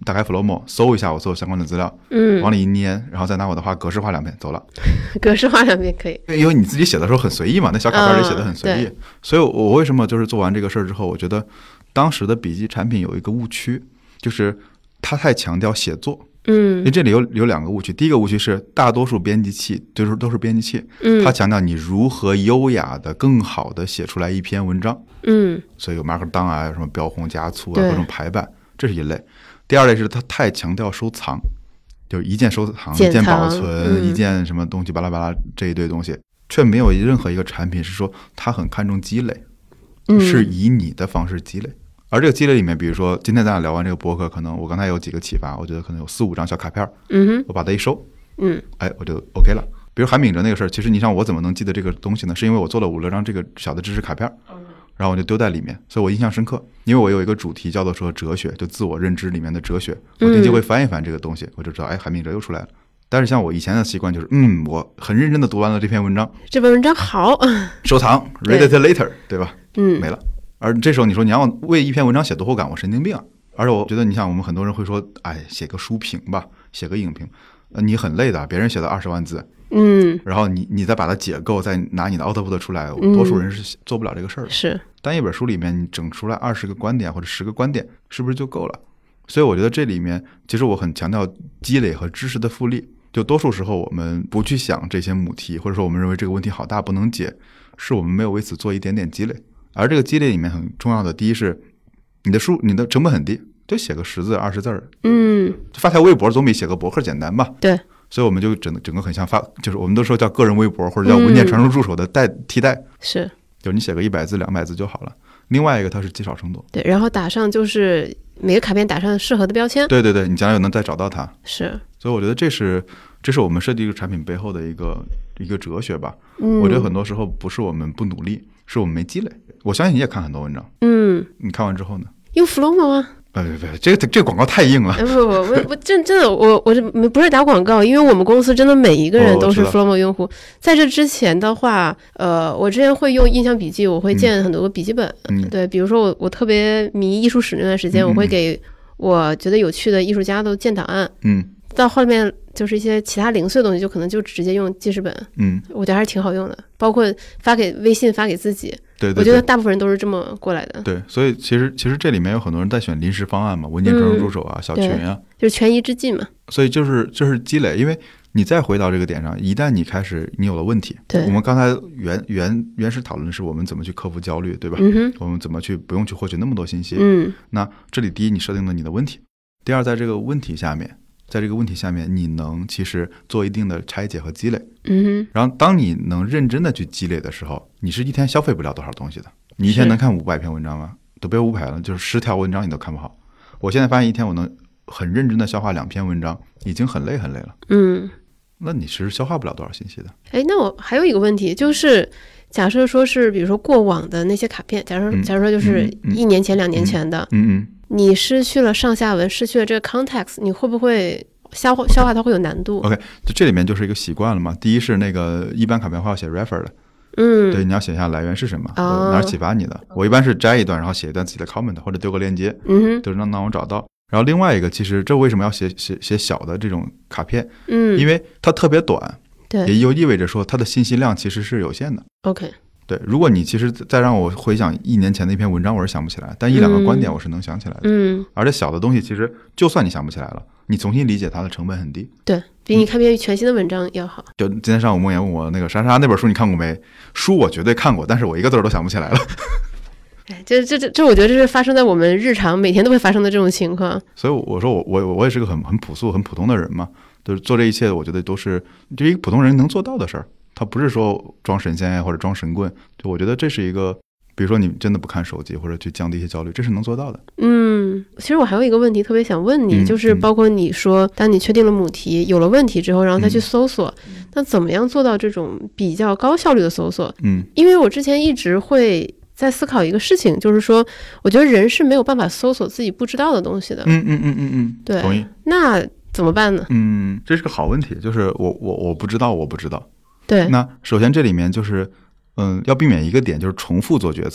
打开 Flomo 搜一下我所有相关的资料， 嗯， 往里一捏，然后再拿我的话格式化两遍走了。 格式化两遍可以， 因为你自己写的时候很随意嘛，那小卡片里写的很随意， 嗯、 所以我为什么就是做完这个事儿之后，我觉得当时的笔记产品有一个误区，就是它太强调写作。 嗯， 因为这里有有两个误区，第一个误区是大多数编辑器就是都是编辑器， 嗯， 它强调你如何优雅的、更好的写出来一篇文章， 嗯， 所以有 Markdown 啊，什么标红加粗啊，各种排版，这是一类。第二类是它太强调收藏，就是一键收藏、一键保存、嗯、一键什么东西巴拉巴拉这一堆东西，却没有任何一个产品是说它很看重积累， 嗯、 是以你的方式积累。而这个积累里面，比如说今天咱俩聊完这个播客，可能我刚才有几个启发，我觉得可能有四五张小卡片， 嗯哼， 我把它一收， 嗯， 哎，我就 OK 了。比如韩炳哲那个事儿，其实你想我怎么能记得这个东西呢？是因为我做了五六张这个小的知识卡片，然后我就丢在里面，所以我印象深刻。因为我有一个主题叫做说哲学，就自我认知里面的哲学，我定期会翻一翻这个东西，我就知道，哎，韩炳哲又出来了。但是像我以前的习惯就是，嗯，我很认真的读完了这篇文章， 这篇文章好， 收藏 ，read it later， 对吧？ 嗯， 没了。而这时候你说你要为一篇文章写读后感，我神经病啊！而且我觉得，你想我们很多人会说，哎，写个书评吧，写个影评，呃，你很累的，别人写了二十万字， 嗯， 然后你你再把它解构，再拿你的 output 出来，多数人是做不了这个事儿的。 是， 单一本书里面你整出来二十个观点或者十个观点，是不是就够了？所以我觉得这里面其实我很强调积累和知识的复利。就多数时候我们不去想这些母题，或者说我们认为这个问题好大不能解，是我们没有为此做一点点积累。而这个积累里面很重要的，第一是你的书，你的成本很低，就写个十字、二十字， 嗯， 发条微博总比写个博客简单吧？ 对， 所以我们就整整个很像发，就是我们都说叫个人微博或者叫文件传输助手的代替代， 是， 就是你写个一百字、两百字就好了。另外一个它是积少成多， 对，然后打上就是每个卡片打上适合的标签， 对对对，你将来又能再找到它， 是。 所以我觉得这是这是我们设计这个产品背后的一个一个哲学吧。 嗯， 我觉得很多时候不是我们不努力，是我们没积累。我相信你也看很多文章， 嗯， 你看完之后呢？ 用 Flomo 吗？ 不不不，这个这个广告太硬了。 不不不，我我真真的我我这不是打广告，因为我们公司真的每一个人都是 Flomo 用户。哦、在这之前的话，呃，我之前会用印象笔记，我会建很多个笔记本。 嗯、 对，比如说我我特别迷艺术史那段时间， 嗯、 我会给我觉得有趣的艺术家都建档案。 嗯。 到后面就是一些其他零碎的东西，就可能就直接用记事本。 嗯， 我觉得还是挺好用的，包括发给微信发给自己。 对, 对, 对， 我觉得大部分人都是这么过来的。 对，所以其实其实这里面有很多人在选临时方案嘛，文件传输助手啊、嗯、小群啊， 就是权宜之计嘛。 所以就是就是积累，因为你再回到这个点上，一旦你开始你有了问题， 对， 我们刚才原原原始讨论的是我们怎么去克服焦虑，对吧？ 嗯哼， 我们怎么去不用去获取那么多信息。 嗯， 那这里第一你设定了你的问题，第二在这个问题下面。在这个问题下面，你能其实做一定的拆解和积累， 嗯哼。 然后当你能认真的去积累的时候，你是一天消费不了多少东西的。你一天能看五百篇文章吗？都别五百了，就是十条文章你都看不好。我现在发现一天我能很认真的消化两篇文章，已经很累很累了。 嗯， 那你其实消化不了多少信息的。 哎，那我还有一个问题就是。假设说是比如说过往的那些卡片，假如、嗯、假如说就是一年前、嗯、两年前的， 嗯嗯， 你失去了上下文，失去了这个 context， 你会不会消化消化它会有难度 ？OK， 就这里面就是一个习惯了嘛。第一是那个一般卡片话要写 refer 的， 嗯， 对，你要写下来源是什么， 哦、 哪儿启发你的。我一般是摘一段，然后写一段自己的 comment 或者丢个链接， 嗯哼， 就是让让我找到。然后另外一个，其实这为什么要写写写小的这种卡片？ 嗯， 因为它特别短， 对， 也就意味着说它的信息量其实是有限的。 OK。 对，如果你其实再让我回想一年前的一篇文章，我是想不起来，但一两个观点我是能想起来的。 嗯， 而且小的东西其实就算你想不起来了，你重新理解它的成本很低， 对，比你看篇全新的文章要好。 嗯、就今天上午梦妍问我那个莎莎那本书你看过没？书我绝对看过，但是我一个字都想不起来了。 哎，这这这这，我觉得这是发生在我们日常每天都会发生的这种情况。 所以我说我我我也是个很很朴素、很普通的人嘛，就是做这一切，我觉得都是就一个普通人能做到的事儿。他不是说装神仙呀或者装神棍，就我觉得这是一个，比如说你真的不看手机或者去降低一些焦虑，这是能做到的。 嗯，其实我还有一个问题特别想问你， 嗯、 就是包括你说，当你确定了母题，有了问题之后，然后再去搜索， 嗯、 那怎么样做到这种比较高效率的搜索？ 嗯， 因为我之前一直会在思考一个事情，就是说，我觉得人是没有办法搜索自己不知道的东西的。 嗯嗯嗯嗯嗯， 对， 同意。 那怎么办呢？ 嗯，这是个好问题，就是我我我不知道，我不知道。 对， 那首先这里面就是，嗯，要避免一个点，就是重复做决策。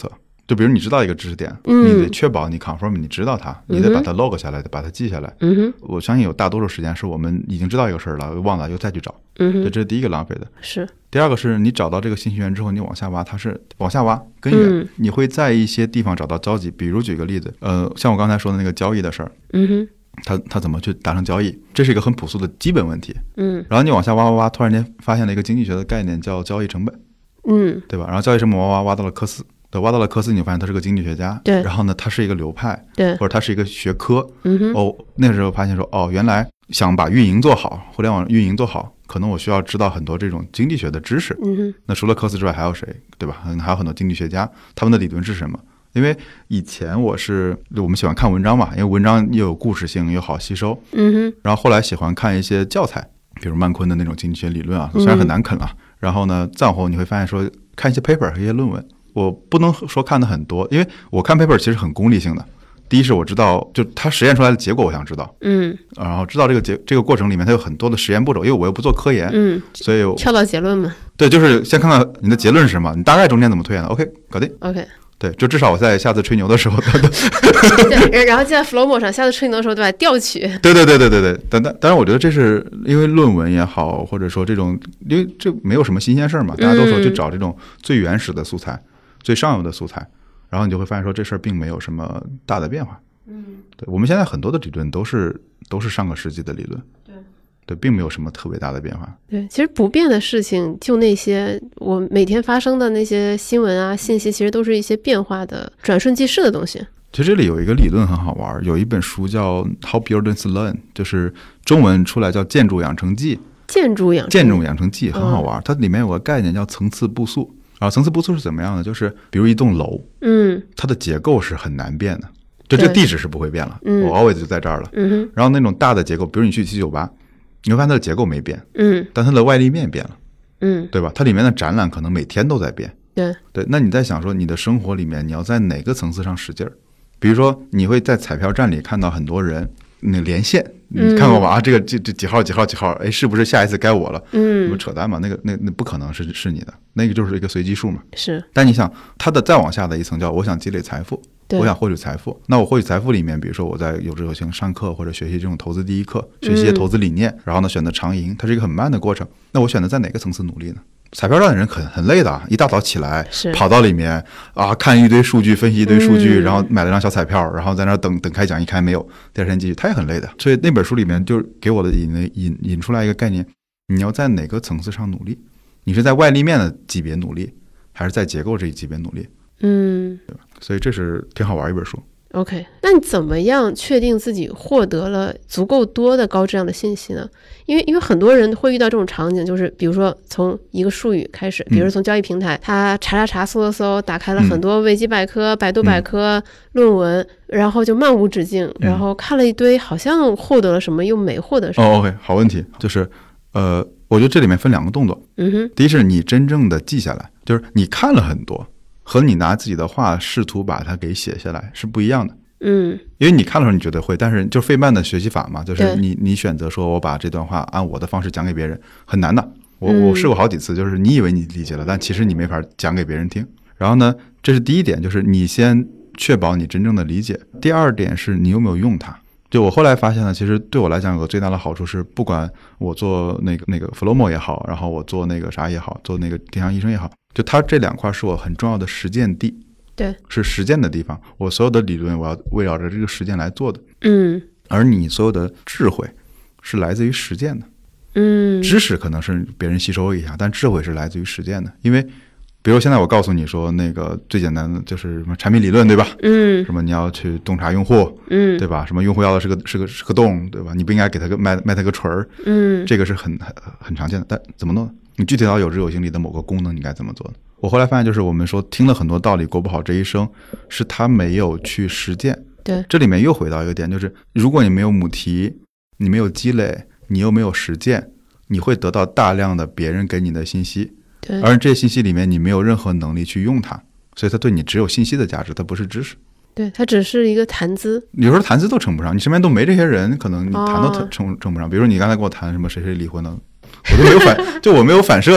就比如你知道一个知识点， 嗯、 你得确保你 confirm 你知道它，你得把它 log 下来，得把它记下来。 嗯哼， 我相信有大多数时间是我们已经知道一个事儿了，忘了又再去找。 嗯哼， 这是第一个浪费的。 是。 第二个是你找到这个信息源之后，你往下挖，它是往下挖根源、嗯，你会在一些地方找到交集。比如举个例子，呃，像我刚才说的那个交易的事儿， 嗯哼， 他他怎么去达成交易，这是一个很朴素的基本问题。 嗯， 然后你往下挖挖挖，突然间发现了一个经济学的概念叫交易成本， 嗯， 对吧？然后交易成本挖挖挖到了科斯。对，挖到了科斯，你发现他是个经济学家， 对， 然后呢，他是一个流派， 对， 或者他是一个学科， 嗯哼， 哦，那个时候发现说，哦，原来想把运营做好，互联网运营做好，可能我需要知道很多这种经济学的知识， 嗯哼，那除了科斯之外还有谁，对吧？还有很多经济学家，他们的理论是什么？因为以前我是我们喜欢看文章嘛，因为文章又有故事性，又好吸收， 嗯哼， 然后后来喜欢看一些教材，比如曼昆的那种经济学理论啊，虽然很难啃啊，嗯、然后呢，再往后你会发现说，看一些 paper 和一些论文。我不能说看的很多，因为我看 paper 其实很功利性的。第一是我知道，就它实验出来的结果我想知道， 嗯， 然后知道这个结这个过程里面它有很多的实验步骤，因为我又不做科研， 嗯， 所以跳到结论嘛。 对，就是先看看你的结论是什么，你大概中间怎么推演的 ，OK， 搞定 ，OK， 对，就至少我在下次吹牛的时候， 对，然后在 Flomo 上下次吹牛的时候对吧，调取， 对对对对对对，但但当然我觉得这是因为论文也好，或者说这种，因为这没有什么新鲜事儿嘛，大家都说去找这种最原始的素材。嗯最上游的素材，然后你就会发现说这事儿并没有什么大的变化。 嗯， 对，我们现在很多的理论都是都是上个世纪的理论， 对， 对，并没有什么特别大的变化。 对，其实不变的事情，就那些我每天发生的那些新闻啊、信息，其实都是一些变化的转瞬即逝的东西。 其实这里有一个理论很好玩，有一本书叫《How Buildings Learn》，就是中文出来叫《建筑养成记》。 建筑养成建筑养成记很好玩，嗯、它里面有个概念叫层次步速。然后层次步速是怎么样的？就是比如一栋楼， 嗯， 它的结构是很难变的，就这个地址是不会变了， 嗯、 我 always 就在这儿了。 嗯， 然后那种大的结构，比如你去七九八，你会发现它的结构没变， 嗯， 但它的外立面变了， 嗯， 对吧？它里面的展览可能每天都在变， 对对。那你在想说，你的生活里面你要在哪个层次上使劲儿？比如说，你会在彩票站里看到很多人那连线。你看过吗？啊，这个这这几号几号几号？哎，是不是下一次该我了？ 嗯， 不扯淡嘛，那个那那不可能是是你的，那个就是一个随机数嘛。 是。 但你想，它的再往下的一层叫我想积累财富，我想获取财富。那我获取财富里面，比如说我在有志有行上课或者学习这种投资第一课，学习一些投资理念，嗯、然后呢选择长赢，它是一个很慢的过程。那我选择在哪个层次努力呢？彩票站的人很很累的，一大早起来跑到里面啊，看一堆数据，分析一堆数据，嗯、然后买了张小彩票，然后在那等等开奖，一开没有，第二天继续，他也很累的。所以那本书里面就给我的引引引出来一个概念：你要在哪个层次上努力？你是在外立面的级别努力，还是在结构这一级别努力？ 嗯， 对吧？所以这是挺好玩一本书。 OK， 那你怎么样确定自己获得了足够多的高质量的信息呢？因为因为很多人会遇到这种场景，就是比如说从一个术语开始，比如说从交易平台，嗯、他查查查、搜搜搜，打开了很多维基百科、嗯、百度百科、嗯、论文，然后就漫无止境，然后看了一堆，好像获得了什么，又没获得什么。 哦 ，OK， 好问题，就是呃，我觉得这里面分两个动作。 嗯哼， 第一是你真正的记下来，就是你看了很多。和你拿自己的话试图把它给写下来是不一样的。 嗯， 因为你看的时候你觉得会，但是就费曼的学习法嘛，就是你你选择说我把这段话按我的方式讲给别人，很难的。我我试过好几次，就是你以为你理解了，但其实你没法讲给别人听。然后呢，这是第一点，就是你先确保你真正的理解。第二点是你有没有用它。就我后来发现呢，其实对我来讲有个最大的好处是，不管我做那个那个 Flomo 也好，然后我做那个啥也好，做那个电商医生也好，就它这两块是我很重要的实践地， 对， 是实践的地方。我所有的理论我要围绕着这个实践来做的， 嗯， 而你所有的智慧是来自于实践的， 嗯， 知识可能是别人吸收一下，但智慧是来自于实践的，因为。比如现在我告诉你说，那个最简单的就是什么产品理论，对吧？ 嗯， 什么你要去洞察用户， 嗯， 对吧？什么用户要的是个是个是个洞，对吧？你不应该给他个卖卖他个锤儿， 嗯， 这个是很很很常见的。但怎么弄呢？你具体到有知有行里的某个功能，你该怎么做呢？我后来发现，就是我们说听了很多道理，过不好这一生，是他没有去实践。 对， 这里面又回到一个点，就是如果你没有母题，你没有积累，你又没有实践，你会得到大量的别人给你的信息。 对， 而这些信息里面你没有任何能力去用它，所以它对你只有信息的价值，它不是知识。 对，它只是一个谈资， 有时候谈资都称不上，你身边都没这些人，可能你谈都称称不上。比如说你刚才跟我谈什么谁谁离婚了，我都没有反，就我没有反射的呀。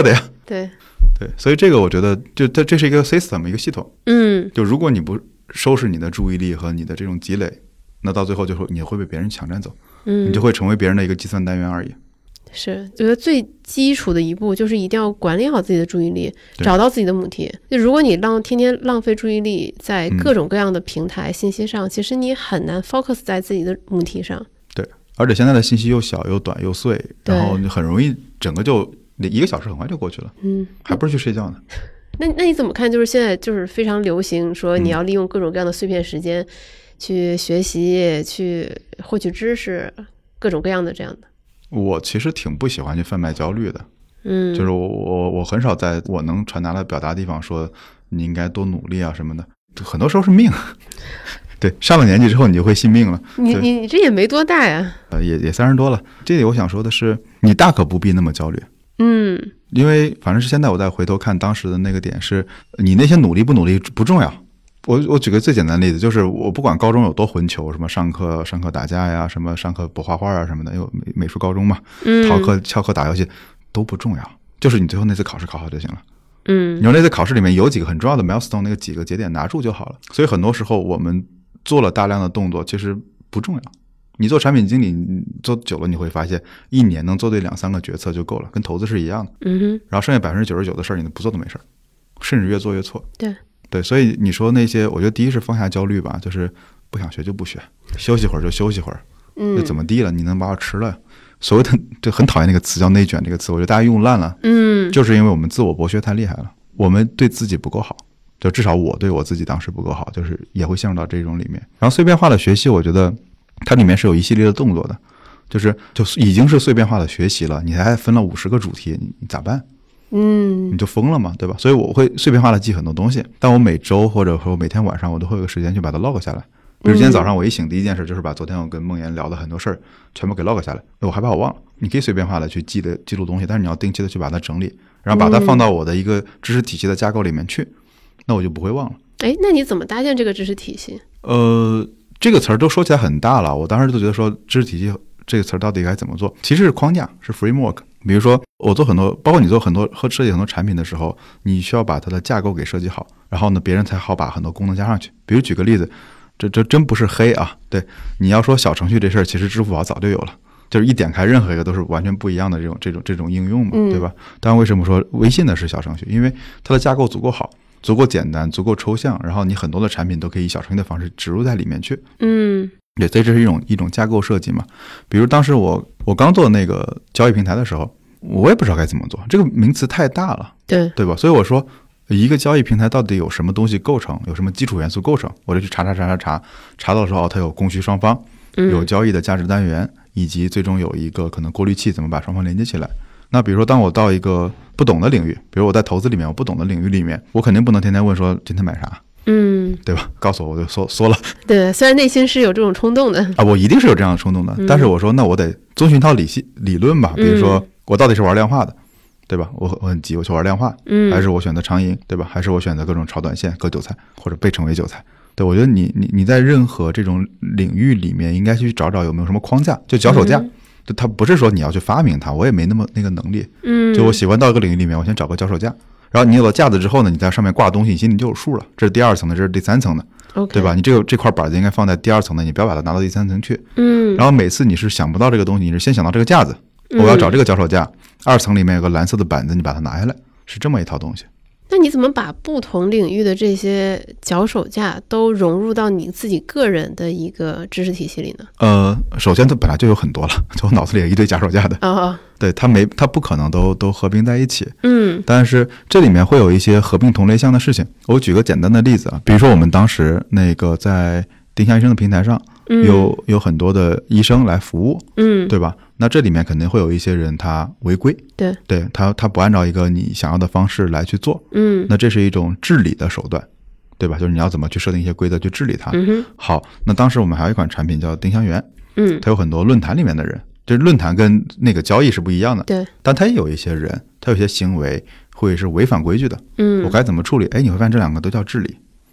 对对，所以这个我觉得就这这是一个 system 一个系统。 嗯， 就如果你不收拾你的注意力和你的这种积累，那到最后就会你会被别人抢占走， 嗯， 你就会成为别人的一个计算单元而已。 是，觉得最基础的一步就是一定要管理好自己的注意力， 对找到自己的母题。就如果你浪天天浪费注意力在各种各样的平台、信息上，其实你很难 focus 在自己的母题上。 对，而且现在的信息又小又短又碎，然后你很容易整个就一个小时很快就过去了， 嗯， 还不如去睡觉呢。 那那你怎么看？就是现在就是非常流行说你要利用各种各样的碎片时间去学习、去获取知识，各种各样的这样的。 我其实挺不喜欢去贩卖焦虑的， 嗯， 就是我我我很少在我能传达的表达地方说你应该多努力啊什么的，很多时候是命。对，上了年纪之后你就会信命了。 你你你这也没多大呀， 呃，也也三十多了。这里我想说的是，你大可不必那么焦虑。 嗯， 因为反正是现在我再回头看当时的那个点是，你那些努力不努力不重要。我我举个最简单的例子，就是我不管高中有多混球，什么上课上课打架呀，什么上课不画画啊什么的，因为美美术高中嘛，逃课翘课打游戏都不重要，就是你最后那次考试考好就行了。 嗯， 你说那次考试里面有几个很重要的 milestone， 那个几个节点拿住就好了。所以很多时候我们做了大量的动作，其实不重要。你做产品经理，你做久了你会发现，一年能做对两三个决策就够了，跟投资是一样的。 嗯哼， 然后剩下百分之九十九的事儿，你不做都没事儿，甚至越做越错。 对对，所以你说那些，我觉得第一是放下焦虑吧，就是不想学就不学，休息会儿就休息会儿， 嗯， 就怎么地了？你能把我吃了？所谓的就很讨厌那个词叫内卷这个词，我觉得大家用烂了。 嗯， 就是因为我们自我剥削太厉害了，我们对自己不够好，就至少我对我自己当时不够好，就是也会陷入到这种里面。然后碎片化的学习，我觉得它里面是有一系列的动作的，就是就已经是碎片化的学习了，你还分了五十个主题，你你咋办？ 嗯， 你就疯了嘛，对吧？所以我会碎片化的记很多东西，但我每周或者说每天晚上我都会有个时间去把它 log 下来。比如今天早上我一醒，第一件事就是把昨天我跟梦妍聊的很多事儿全部给 log 下来，我害怕我忘了。你可以碎片化的去记的记录东西，但是你要定期的去把它整理，然后把它放到我的一个知识体系的架构里面去，那我就不会忘了。 哎，那你怎么搭建这个知识体系？ 呃，这个词儿都说起来很大了，我当时都觉得说知识体系这个词儿到底该怎么做？其实是框架，是 framework。比如说我做很多，包括你做很多和设计很多产品的时候，你需要把它的架构给设计好，然后呢，别人才好把很多功能加上去。比如举个例子，这这真不是黑啊，对，你要说小程序这事儿，其实支付宝早就有了，就是一点开任何一个都是完全不一样的这种这种这种应用嘛，对吧？但为什么说微信的是小程序？因为它的架构足够好，足够简单，足够抽象，然后你很多的产品都可以以小程序的方式植入在里面去。 嗯， 对，所以这是一种一种架构设计嘛。比如当时我我刚做那个交易平台的时候，我也不知道该怎么做，这个名词太大了， 对对吧？所以我说一个交易平台到底有什么东西构成，有什么基础元素构成，我就去查查查查查，查到说哦，它有供需双方，有交易的价值单元，以及最终有一个可能过滤器，怎么把双方连接起来。那比如说当我到一个不懂的领域，比如我在投资里面，我不懂的领域里面，我肯定不能天天问说今天买啥， 嗯， 对吧？告诉我我就说说了。 对，虽然内心是有这种冲动的啊，我一定是有这样的冲动的，但是我说那我得遵循一套理系理论吧，比如说我到底是玩量化的，对吧？我我很急，我去玩量化，嗯，还是我选择长赢，对吧？还是我选择各种炒短线、割韭菜或者被成为韭菜？对，我觉得你你你在任何这种领域里面，应该去找找有没有什么框架，就脚手架。嗯，就它不是说你要去发明它，我也没那么那个能力。嗯，就我喜欢到一个领域里面，我先找个脚手架，然后你有了架子之后呢，你在上面挂东西，你心里就有数了。这是第二层的，这是第三层的， okay， 对吧？你这个这块板子应该放在第二层的，你不要把它拿到第三层去。 嗯， 然后每次你是想不到这个东西，你是先想到这个架子，我要找这个脚手架，嗯，二层里面有个蓝色的板子，你把它拿下来，是这么一套东西。 那你怎么把不同领域的这些脚手架都融入到你自己个人的一个知识体系里呢？呃， 首先它本来就有很多了，就我脑子里有一堆脚手架的。 哦， 对，它没，它不可能都都合并在一起。 嗯， 但是这里面会有一些合并同类项的事情。我举个简单的例子啊，比如说我们当时那个在丁香医生的平台上，有有很多的医生来服务，嗯，对吧？那这里面肯定会有一些人他违规， 对， 对他他不按照一个你想要的方式来去做，嗯，那这是一种治理的手段，对吧？就是你要怎么去设定一些规则去治理它。嗯哼，好，那当时我们还有一款产品叫丁香园，嗯，它有很多论坛里面的人，就是论坛跟那个交易是不一样的， 对， 但它也有一些人，他有些行为会是违反规矩的，嗯，我该怎么处理？哎，你会发现这两个都叫治理。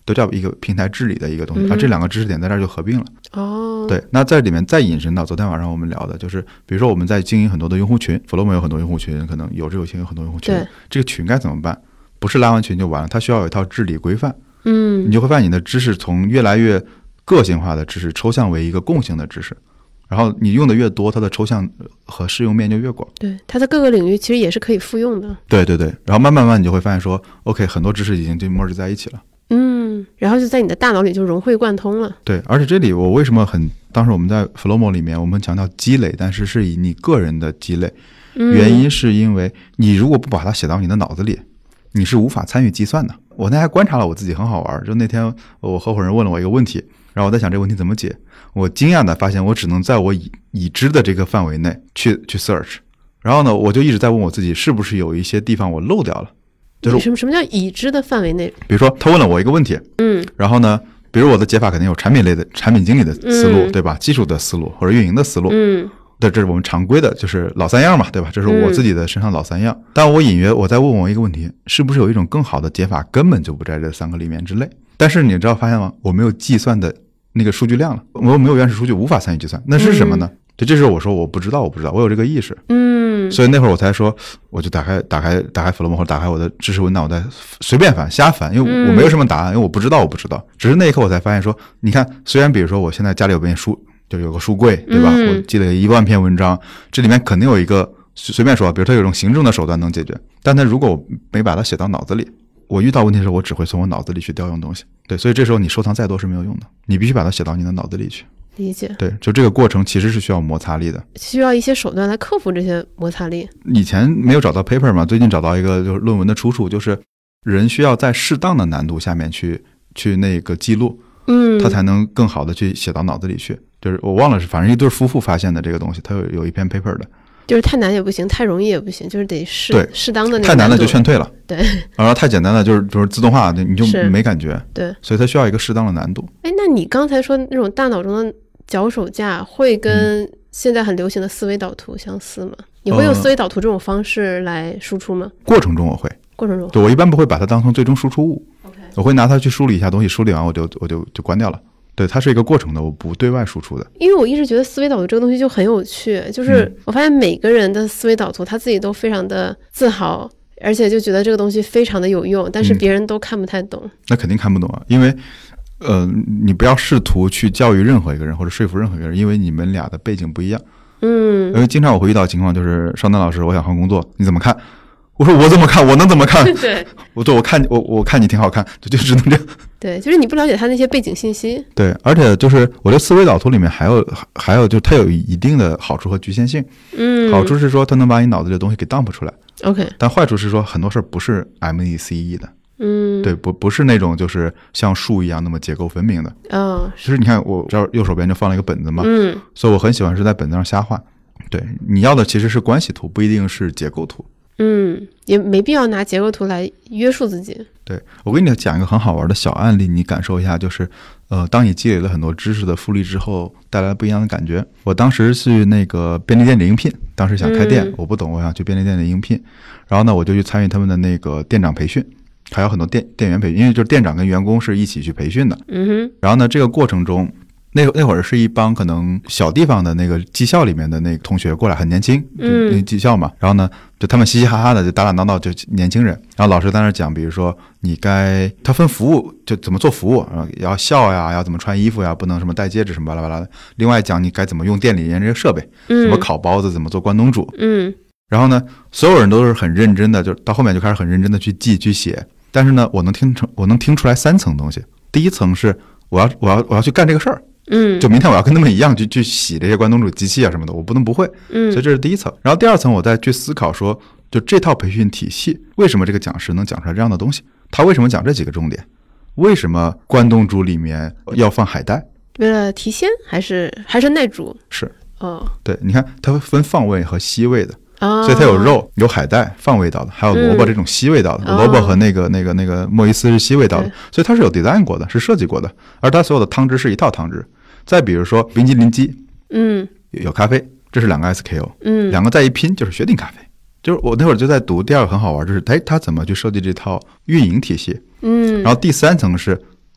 都叫一个平台治理的一个东西， 嗯、 啊，这两个知识点在这儿就合并了。 哦， 对，那在里面再引申到昨天晚上我们聊的，就是比如说我们在经营很多的用户群 ，Flomo 有很多用户群，可能有志有行有很多用户群，这个群该怎么办？不是拉完群就完了，它需要有一套治理规范。 嗯， 你就会发现你的知识从越来越个性化的知识抽象为一个共性的知识。然后你用的越多，它的抽象和适用面就越广。 对，它在各个领域其实也是可以复用的。 对对对，然后慢慢慢你就会发现说 ，OK， 很多知识已经就 merge 在一起了。 嗯，然后就在你的大脑里就融会贯通了。 对，而且这里我为什么很，当时我们在 Flomo 里面，我们强调积累，但是是以你个人的积累， 嗯、 原因是因为你如果不把它写到你的脑子里，你是无法参与计算的。我那还观察了我自己，很好玩。就那天我合伙人问了我一个问题，然后我在想这个问题怎么解。我惊讶的发现，我只能在我已已知的这个范围内去去 search， 然后呢，我就一直在问我自己，是不是有一些地方我漏掉了？就是什么什么叫已知的范围内？ 比如说，他问了我一个问题， 嗯， 然后呢，比如我的解法肯定有产品类的产品经理的思路， 嗯、 对吧？技术的思路或者运营的思路， 嗯， 对，这是我们常规的，就是老三样嘛，对吧？这是我自己的身上老三样。嗯、但我隐约我在问我一个问题，是不是有一种更好的解法根本就不在这三个里面之内？但是你知道发现吗？我没有计算的那个数据量了，我没有原始数据，无法参与计算，那是什么呢？对、嗯，这时候我说我不知道，我不知道，我有这个意识。 嗯， 所以那会儿我才说，我就打开打开打开 Flomo 或者打开我的知识文档，我在随便翻瞎翻，因为我没有什么答案，因为我不知道，我不知道。只是那一刻我才发现说，你看，虽然比如说我现在家里有本书，就有个书柜，对吧？ 嗯、 我积累一万篇文章，这里面肯定有一个随便说，比如它有一种行政的手段能解决，但它如果我没把它写到脑子里。我遇到问题的时候，我只会从我脑子里去调用东西。对，所以这时候你收藏再多是没有用的，你必须把它写到你的脑子里去。 理解。 对，就这个过程其实是需要摩擦力的， 需要一些手段来克服这些摩擦力。 以前没有找到 paper 嘛，最近找到一个就是论文的出处，就是人需要在适当的难度下面去去那个记录， 嗯， 他才能更好的去写到脑子里去。就是我忘了是，反正一对夫妇发现的这个东西，他有有一篇 paper 的。 就是太难也不行，太容易也不行，就是得适对适当的那个。 太难了就劝退了， 对。 然后太简单了就是就是自动化，你就没感觉。 对， 所以它需要一个适当的难度。 哎，那你刚才说那种大脑中的脚手架会跟现在很流行的思维导图相似吗？嗯、你会用思维导图这种方式来输出吗？ 过程中我会， 过程中对，我一般不会把它当成最终输出物。 Okay. 我会拿它去梳理一下东西，梳理完我就我就就关掉了。对，它是一个过程的，我不对外输出的。 因为我一直觉得思维导图这个东西就很有趣，就是我发现每个人的思维导图他自己都非常的自豪，而且就觉得这个东西非常的有用，但是别人都看不太懂。 嗯、那肯定看不懂啊，因为呃，你不要试图去教育任何一个人或者说服任何一个人，因为你们俩的背景不一样。 嗯， 因为经常我会遇到情况，就是邵丹老师，我想换工作，你怎么看？我说我怎么看？我能怎么看？ 对， 我说我看我我看你挺好看，就就只能这样。 对，就是你不了解他那些背景信息。 对，而且就是我觉得思维导图里面还有还有就是它有一定的好处和局限性。 嗯， 好处是说它能把你脑子里的东西给 dump 出来。 OK。但坏处是说很多事儿不是 M E C E 的。 嗯， 对，不不是那种就是像树一样那么结构分明的。 哦， 就是你看我这右手边就放了一个本子嘛。 嗯， 所以我很喜欢是在本子上瞎画。对，你要的其实是关系图，不一定是结构图。 嗯，也没必要拿结构图来约束自己。 对，我给你讲一个很好玩的小案例，你感受一下，就是呃，当你积累了很多知识的复利之后，带来不一样的感觉。我当时去那个便利店里应聘，当时想开店，嗯、我不懂，我想去便利店里应聘，然后呢，我就去参与他们的那个店长培训，还有很多店店员培训，因为就是店长跟员工是一起去培训的。 嗯哼。 然后呢，这个过程中。那那会儿是一帮可能小地方的那个技校里面的那个同学过来，很年轻， 嗯， 那技校嘛，然后呢，就他们嘻嘻哈哈的，就打打闹闹，就年轻人。然后老师在那讲，比如说你该他分服务，就怎么做服务，然后要笑呀，要怎么穿衣服呀，不能什么戴戒指什么巴拉巴拉的。另外讲你该怎么用店里面这些设备， 嗯， 怎么烤包子，怎么做关东煮， 嗯。 然后呢，所有人都是很认真的，就到后面就开始很认真的去记去写。但是呢，我能听成我能听出来三层东西。第一层是我要我要我要去干这个事儿。 嗯， 就明天我要跟他们一样去去洗这些关东煮机器啊什么的，我不能不会。 嗯， 所以这是第一层。然后第二层，我再去思考说，就这套培训体系，为什么这个讲师能讲出来这样的东西？他为什么讲这几个重点？为什么关东煮里面要放海带？ 为了提鲜还是还是耐煮？ 是。 哦， 对，你看它分放味和吸味的。 哦， 所以它有肉，有海带放味道的，还有萝卜这种吸味道的， 嗯、 萝卜和那个那个那个莫伊斯是吸味道的，所以它是有 design 过的，是设计过的，而它所有的汤汁是一套汤汁。再比如说冰激凌机， 嗯， 有咖啡，这是两个 S K O， 嗯， 两个再一拼就是雪顶咖啡。就是我那会儿就在读第二个很好玩，就是哎，他怎么去设计这套运营体系？ 嗯， 然后第三层是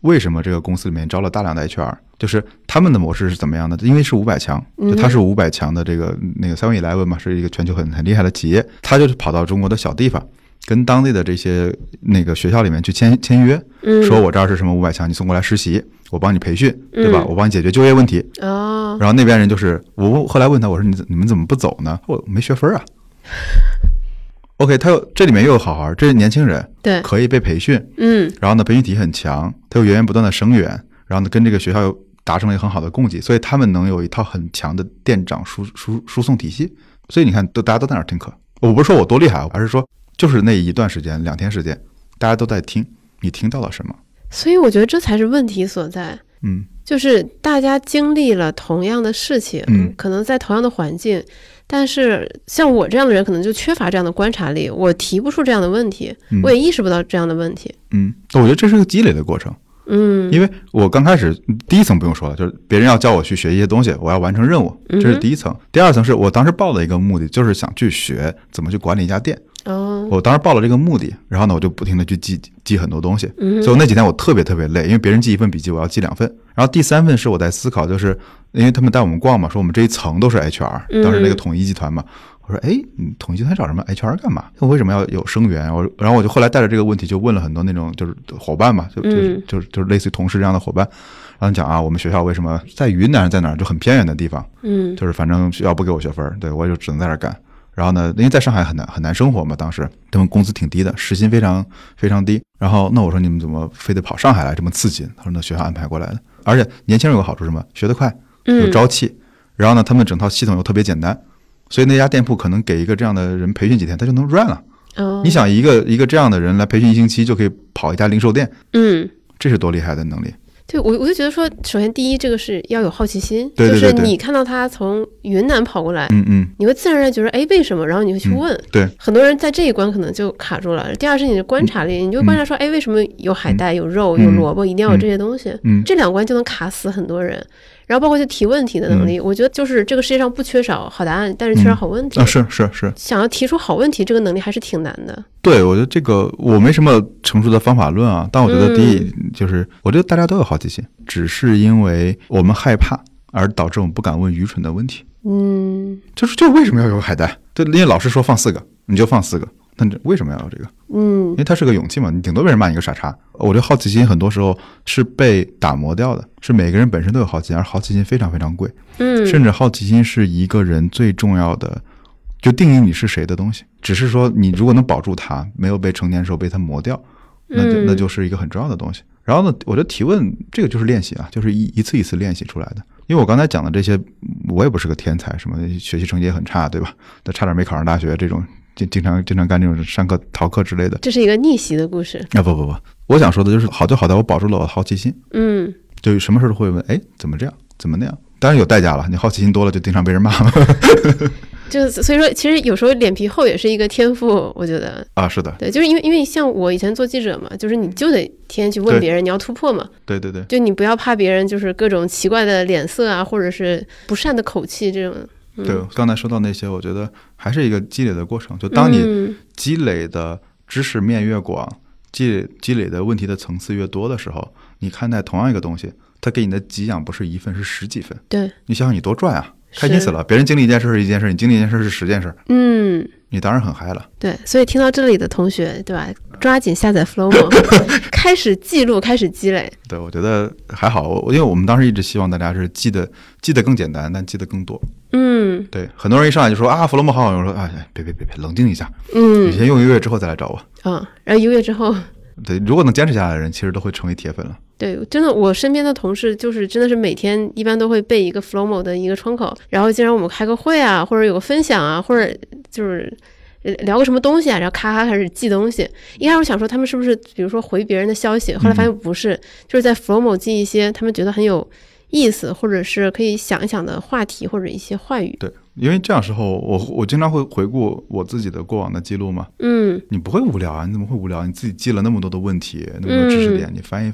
为什么这个公司里面招了大量的 H R， 就是他们的模式是怎么样的？因为是五百强，就他是五百强的这个那个 seven eleven 嘛，是一个全球很很厉害的企业，他就是跑到中国的小地方，跟当地的这些那个学校里面去签签约， 嗯， 说我这儿是什么五百强，你送过来实习，我帮你培训，对吧？嗯、我帮你解决就业问题。 哦， 然后那边人就是我后来问他，我说你你们怎么不走呢？我没学分啊。OK， 他有这里面又有好好，这是年轻人， 对， 可以被培训， 嗯， 然后呢，培训体系很强，他又源源不断的生源，然后呢，跟这个学校又达成了一个很好的供给，所以他们能有一套很强的店长输输输送体系。所以你看，都大家都在那儿听课。我不是说我多厉害，而是说就是那一段时间，两天时间，大家都在听，你听到了什么？ 所以我觉得这才是问题所在。 嗯， 就是大家经历了同样的事情， 嗯， 可能在同样的环境，但是像我这样的人可能就缺乏这样的观察力，我提不出这样的问题，嗯，我也意识不到这样的问题。 嗯，我觉得这是个积累的过程。 嗯， 因为我刚开始第一层不用说了，就是别人要叫我去学一些东西，我要完成任务，这是第一层。嗯、第二层是我当时报的一个目的，就是想去学怎么去管理一家店。 哦， 我当时报了这个目的，然后呢，我就不停的去记记很多东西，嗯、所以我那几天我特别特别累，因为别人记一份笔记，我要记两份。然后第三份是我在思考，就是因为他们带我们逛嘛，说我们这一层都是 H R，、嗯、当时那个统一集团嘛。我说，哎，你统一集团找什么 H R 干嘛？我为什么要有生源？我然后我就后来带着这个问题就问了很多那种就是伙伴嘛，就就是就是就是类似于同事这样的伙伴，然后讲啊，我们学校为什么在云南在哪儿就很偏远的地方，嗯，就是反正学校不给我学分，对我就只能在这儿干。然后呢，因为在上海很难很难生活嘛，当时他们工资挺低的，时薪非常非常低。然后那我说你们怎么非得跑上海来这么刺激？他说那学校安排过来的，而且年轻人有个好处是什么？学得快，有朝气。嗯、然后呢，他们整套系统又特别简单，所以那家店铺可能给一个这样的人培训几天，他就能 run 了。哦，你想一个一个这样的人来培训一星期就可以跑一家零售店，嗯，这是多厉害的能力。 对，我我就觉得说，首先第一，这个是要有好奇心， 对对对对， 就是你看到他从云南跑过来， 嗯嗯， 你会自然而然觉得，哎，为什么？然后你会去问。 嗯、对， 很多人在这一关可能就卡住了。第二是你的观察力，嗯、你就会观察说，哎，为什么有海带、有肉、有萝卜，一定要有这些东西？嗯，这两关就能卡死很多人。然后包括就提问题的能力、嗯，我觉得就是这个世界上不缺少好答案，但是缺少好问题。 嗯、啊，是是是， 想要提出好问题，这个能力还是挺难的。 对，我觉得这个我没什么成熟的方法论啊，但我觉得第一、嗯、就是，我觉得大家都有好奇心，只是因为我们害怕而导致我们不敢问愚蠢的问题。嗯，就是就为什么要有海带？对，因为老师说放四个，你就放四个。那为什么要有这个？嗯，因为它是个勇气嘛，你顶多被人骂你个傻叉。我觉得好奇心很多时候是被打磨掉的，是每个人本身都有好奇心，而好奇心非常非常贵。嗯，甚至好奇心是一个人最重要的，就定义你是谁的东西。只是说你如果能保住它，没有被成年时候被它磨掉，那就那就是一个很重要的东西。然后呢，我觉得提问这个就是练习啊，就是一一次一次练习出来的。因为我刚才讲的这些，我也不是个天才，什么学习成绩也很差，对吧？但差点没考上大学这种。经经常经常干这种上课逃课之类的， 这是一个逆袭的故事啊！不不不，我想说的就是好就好在我保住了我的好奇心， 嗯， 就什么事都会问，哎，怎么这样，怎么那样？当然有代价了，你好奇心多了就经常被人骂了。 就所以说，其实有时候脸皮厚也是一个天赋，我觉得啊，是的， 对，就是因为因为像我以前做记者嘛，就是你就得天天去问别人，你要突破嘛， 对对对， 就你不要怕别人就是各种奇怪的脸色啊，或者是不善的口气这种。 对，刚才说到那些，我觉得还是一个积累的过程。就当你积累的知识面越广，嗯、积累积累的问题的层次越多的时候，你看待同样一个东西，它给你的给养不是一份，是十几份。 对， 你想想你多赚啊，开心死了！别人经历一件事是一件事，你经历一件事是十件事。嗯，你当然很嗨了。 对，所以听到这里的同学，对吧？抓紧下载 Flomo， 开始记录，开始积累。 对，我觉得还好，因为我们当时一直希望大家是记得记得更简单，但记得更多。嗯，对，很多人一上来就说啊 ，Flomo 好好用，我说啊，别别别别，冷静一下。嗯，你先用一个月之后再来找我。 嗯，然后一个月之后， 对，如果能坚持下来的人，其实都会成为铁粉了。 对，真的，我身边的同事就是真的是每天一般都会背一个 Flomo 的一个窗口，然后经常我们开个会啊，或者有个分享啊，或者就是聊个什么东西啊，然后咔咔开始记东西。一开始我想说他们是不是比如说回别人的消息，后来发现不是，嗯、就是在 Flomo 记一些他们觉得很有意思或者是可以想一想的话题或者一些话语。 对，因为这样时候我我经常会回顾我自己的过往的记录嘛。嗯，你不会无聊啊？你怎么会无聊？你自己记了那么多的问题，那么多知识点，嗯、你翻一翻，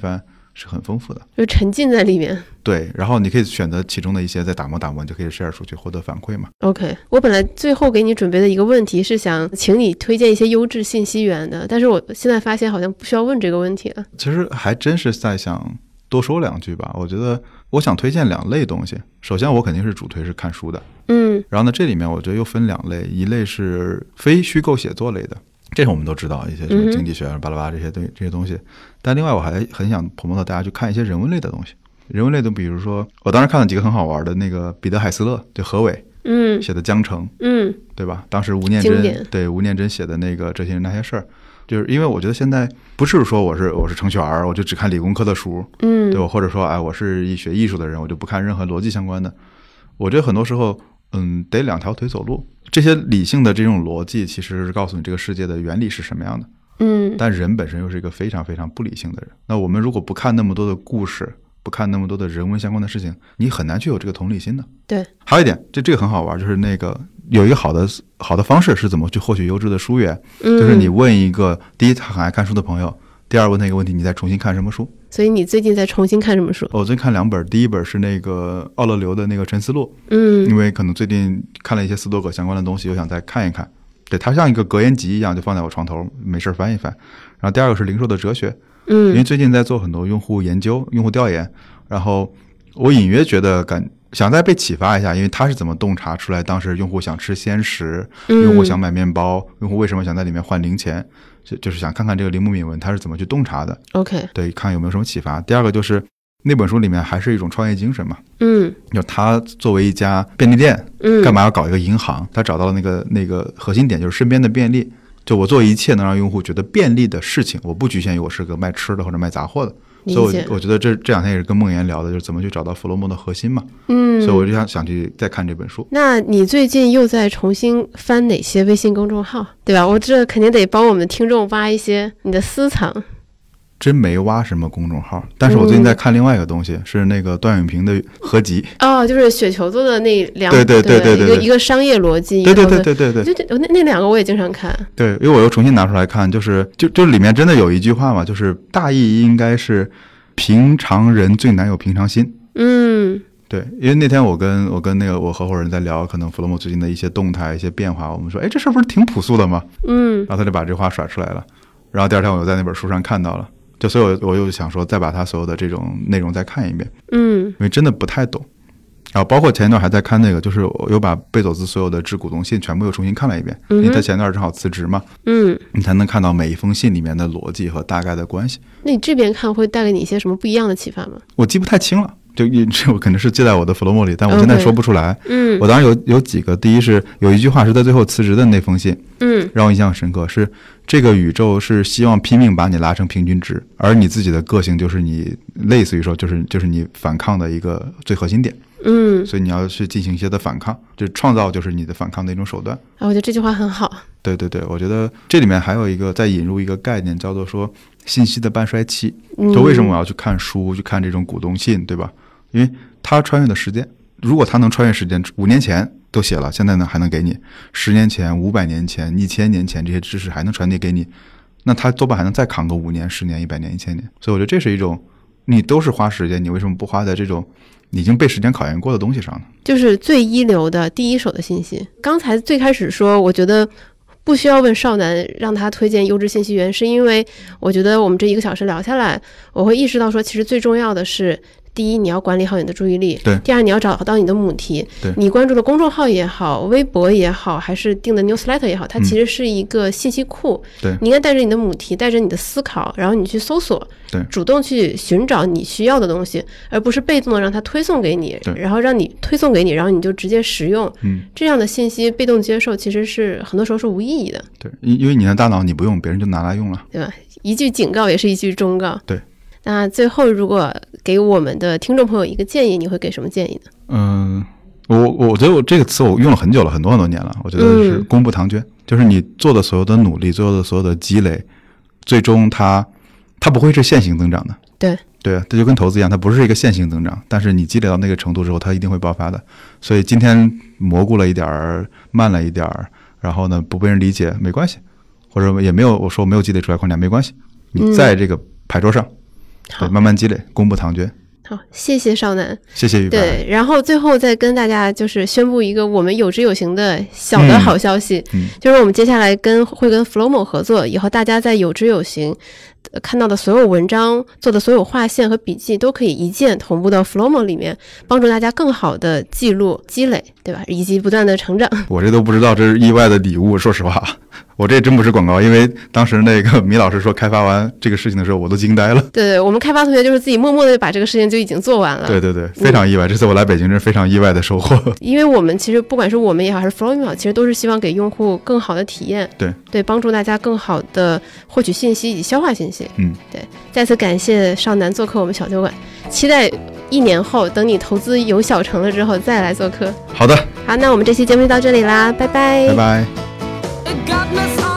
是很丰富的， 就沉浸在里面。 对，然后你可以选择其中的一些再打磨打磨，你就可以 share 出去获得反馈嘛。 OK， 我本来最后给你准备的一个问题是想请你推荐一些优质信息源的，但是我现在发现好像不需要问这个问题了。 其实还真是在想多说两句吧。我觉得我想推荐两类东西，首先我肯定是主推是看书的， 嗯， 然后呢这里面我觉得又分两类，一类是非虚构写作类的，这是我们都知道一些什么经济学巴拉巴拉这些东这些东西，但另外我还很想promote大家去看一些人文类的东西。人文类的比如说我当时看了几个很好玩的，那个彼得海斯勒就何伟嗯写的江城， 嗯， 对吧？当时吴念真对吴念真写的那个这些人那些事儿，就是因为我觉得现在不是说我是我是程序员我就只看理工科的书， 嗯， 对吧？或者说哎我是一学艺术的人我就不看任何逻辑相关的。我觉得很多时候嗯得两条腿走路，这些理性的这种逻辑其实是告诉你这个世界的原理是什么样的， 嗯， 但人本身又是一个非常非常不理性的人。那我们如果不看那么多的故事，不看那么多的人文相关的事情，你很难去有这个同理心的。 对， 还有一点，这这个很好玩，就是那个有一个好的好的方式是怎么去获取优质的书源， 嗯， 就是你问一个第一他很爱看书的朋友，第二问他一个问题，你再重新看什么书。 所以你最近在重新看什么书？ 我最近看两本，第一本是那个奥勒留的那个《沉思录》， 嗯， 因为可能最近看了一些斯多葛相关的东西，我想再看一看。对，它像一个格言集一样，就放在我床头，没事翻一翻。然后第二个是零售的哲学， 嗯， 因为最近在做很多用户研究、用户调研，然后我隐约觉得感想再被启发一下，因为他是怎么洞察出来当时用户想吃鲜食，用户想买面包，用户为什么想在里面换零钱，就就是想看看这个铃木敏文他是怎么去洞察的。 OK， 对，看有没有什么启发。第二个就是那本书里面还是一种创业精神嘛， 嗯， 就他作为一家便利店， 嗯， 干嘛要搞一个银行？他找到了那个那个核心点，就是身边的便利。就我做一切能让用户觉得便利的事情，我不局限于我是个卖吃的或者卖杂货的。所以我我觉得这这两天也是跟梦妍聊的，就是怎么去找到弗洛莫的核心嘛。嗯，所以我就想想去再看这本书。 那你最近又在重新翻哪些微信公众号，对吧？我这肯定得帮我们的听众挖一些你的私藏。 真没挖什么公众号，但是我最近在看另外一个东西，嗯、是那个段永平的合集。 哦，就是雪球做的那两对对对对 对, 对, 对， 一个一个商业逻辑， 对对对对对对， 就那那两个我也经常看。 对，因为我又重新拿出来看，就是就就里面真的有一句话嘛，就是大意应该是平常人最难有平常心。 嗯， 对，因为那天我跟我跟那个我合伙人在聊，可能弗洛莫最近的一些动态、一些变化，我们说，哎，这事不是挺朴素的吗？嗯，然后他就把这话甩出来了，然后第二天我又在那本书上看到了。就所以我我又想说再把他所有的这种内容再看一遍，嗯，因为真的不太懂。然后包括前一段还在看那个，就是我又把贝佐斯所有的致股东信全部又重新看了一遍，嗯、因为他前段正好辞职嘛，嗯，你才能看到每一封信里面的逻辑和大概的关系。 那你这边看会带给你一些什么不一样的启发吗？ 我记不太清了。就这我肯定是记在我的弗洛莫里，但我现在说不出来。Okay, 嗯，我当然有有几个，第一是有一句话是在最后辞职的那封信，嗯，让我印象深刻，是这个宇宙是希望拼命把你拉成平均值，而你自己的个性就是你类似于说就是就是你反抗的一个最核心点。嗯，所以你要去进行一些的反抗，就创造就是你的反抗的一种手段。 啊，我觉得这句话很好。 对对对，我觉得这里面还有一个再引入一个概念，叫做说信息的半衰期。就为什么我要去看书，去看这种股东信，对吧？因为他穿越的时间，如果他能穿越时间，五年前都写了，现在呢还能给你，十年前、五百年前、一千年前这些知识还能传递给你，那他多半还能再扛个五年、十年、一百年、一千年。所以我觉得这是一种，你都是花时间，你为什么不花在这种已经被时间考验过的东西上呢？ 就是最一流的第一手的信息。刚才最开始说，我觉得不需要问少男让他推荐优质信息源，是因为我觉得我们这一个小时聊下来，我会意识到说，其实最重要的是，第一，你要管理好你的注意力；对，第二，你要找到你的母题。对，你关注的公众号也好，微博也好，还是订的 newsletter 也好，它其实是一个信息库。对、嗯，你应该带着你的母题，带着你的思考，然后你去搜索，对，主动去寻找你需要的东西，而不是被动的让它推送给你，然后让你推送给你，然后你就直接使用。嗯，这样的信息被动接受，其实是很多时候是无意义的。 对，因为你的大脑你不用，别人就拿来用了， 对吧？一句警告也是一句忠告。 对。 那最后如果给我们的听众朋友一个建议，你会给什么建议呢？ 嗯，我我觉得我这个词我用了很久了，很多很多年了，我觉得是功不唐捐、嗯、就是你做的所有的努力，做的所有的积累，最终它它不会是线性增长的。 对对，这就跟投资一样，它不是一个线性增长，但是你积累到那个程度之后，它一定会爆发的。所以今天蘑菇了一点儿，慢了一点儿，然后呢不被人理解没关系，或者也没有我说没有积累出来框架没关系，你在这个牌桌上、 对，慢慢积累，功不唐捐。 好，谢谢少南， 谢谢宇白。 对，然后最后再跟大家就是宣布一个我们有知有行的小的好消息， 嗯嗯、 就是我们接下来跟会跟 Flomo 合作，以后大家在有知有行看到的所有文章做的所有划线和笔记都可以一键同步到 Flomo 里面，帮助大家更好的记录积累，对吧？以及不断的成长。 我这都不知道这是意外的礼物，说实话，我这真不是广告，因为当时那个米老师说开发完这个事情的时候，我都惊呆了。 对对，我们开发同学就是自己默默的把这个事情就已经做完了。 对对对，非常意外，嗯、这次我来北京是非常意外的收获。 因为我们其实不管是我们也好，还是 Flomo 也好，其实都是希望给用户更好的体验。 对对，帮助大家更好的获取信息以及消化信息。 嗯， 对。再次感谢少南做客我们小酒馆，期待一年后等你投资有小成了之后再来做客。 好的， 好，那我们这期节目就到这里啦，拜拜， 拜拜。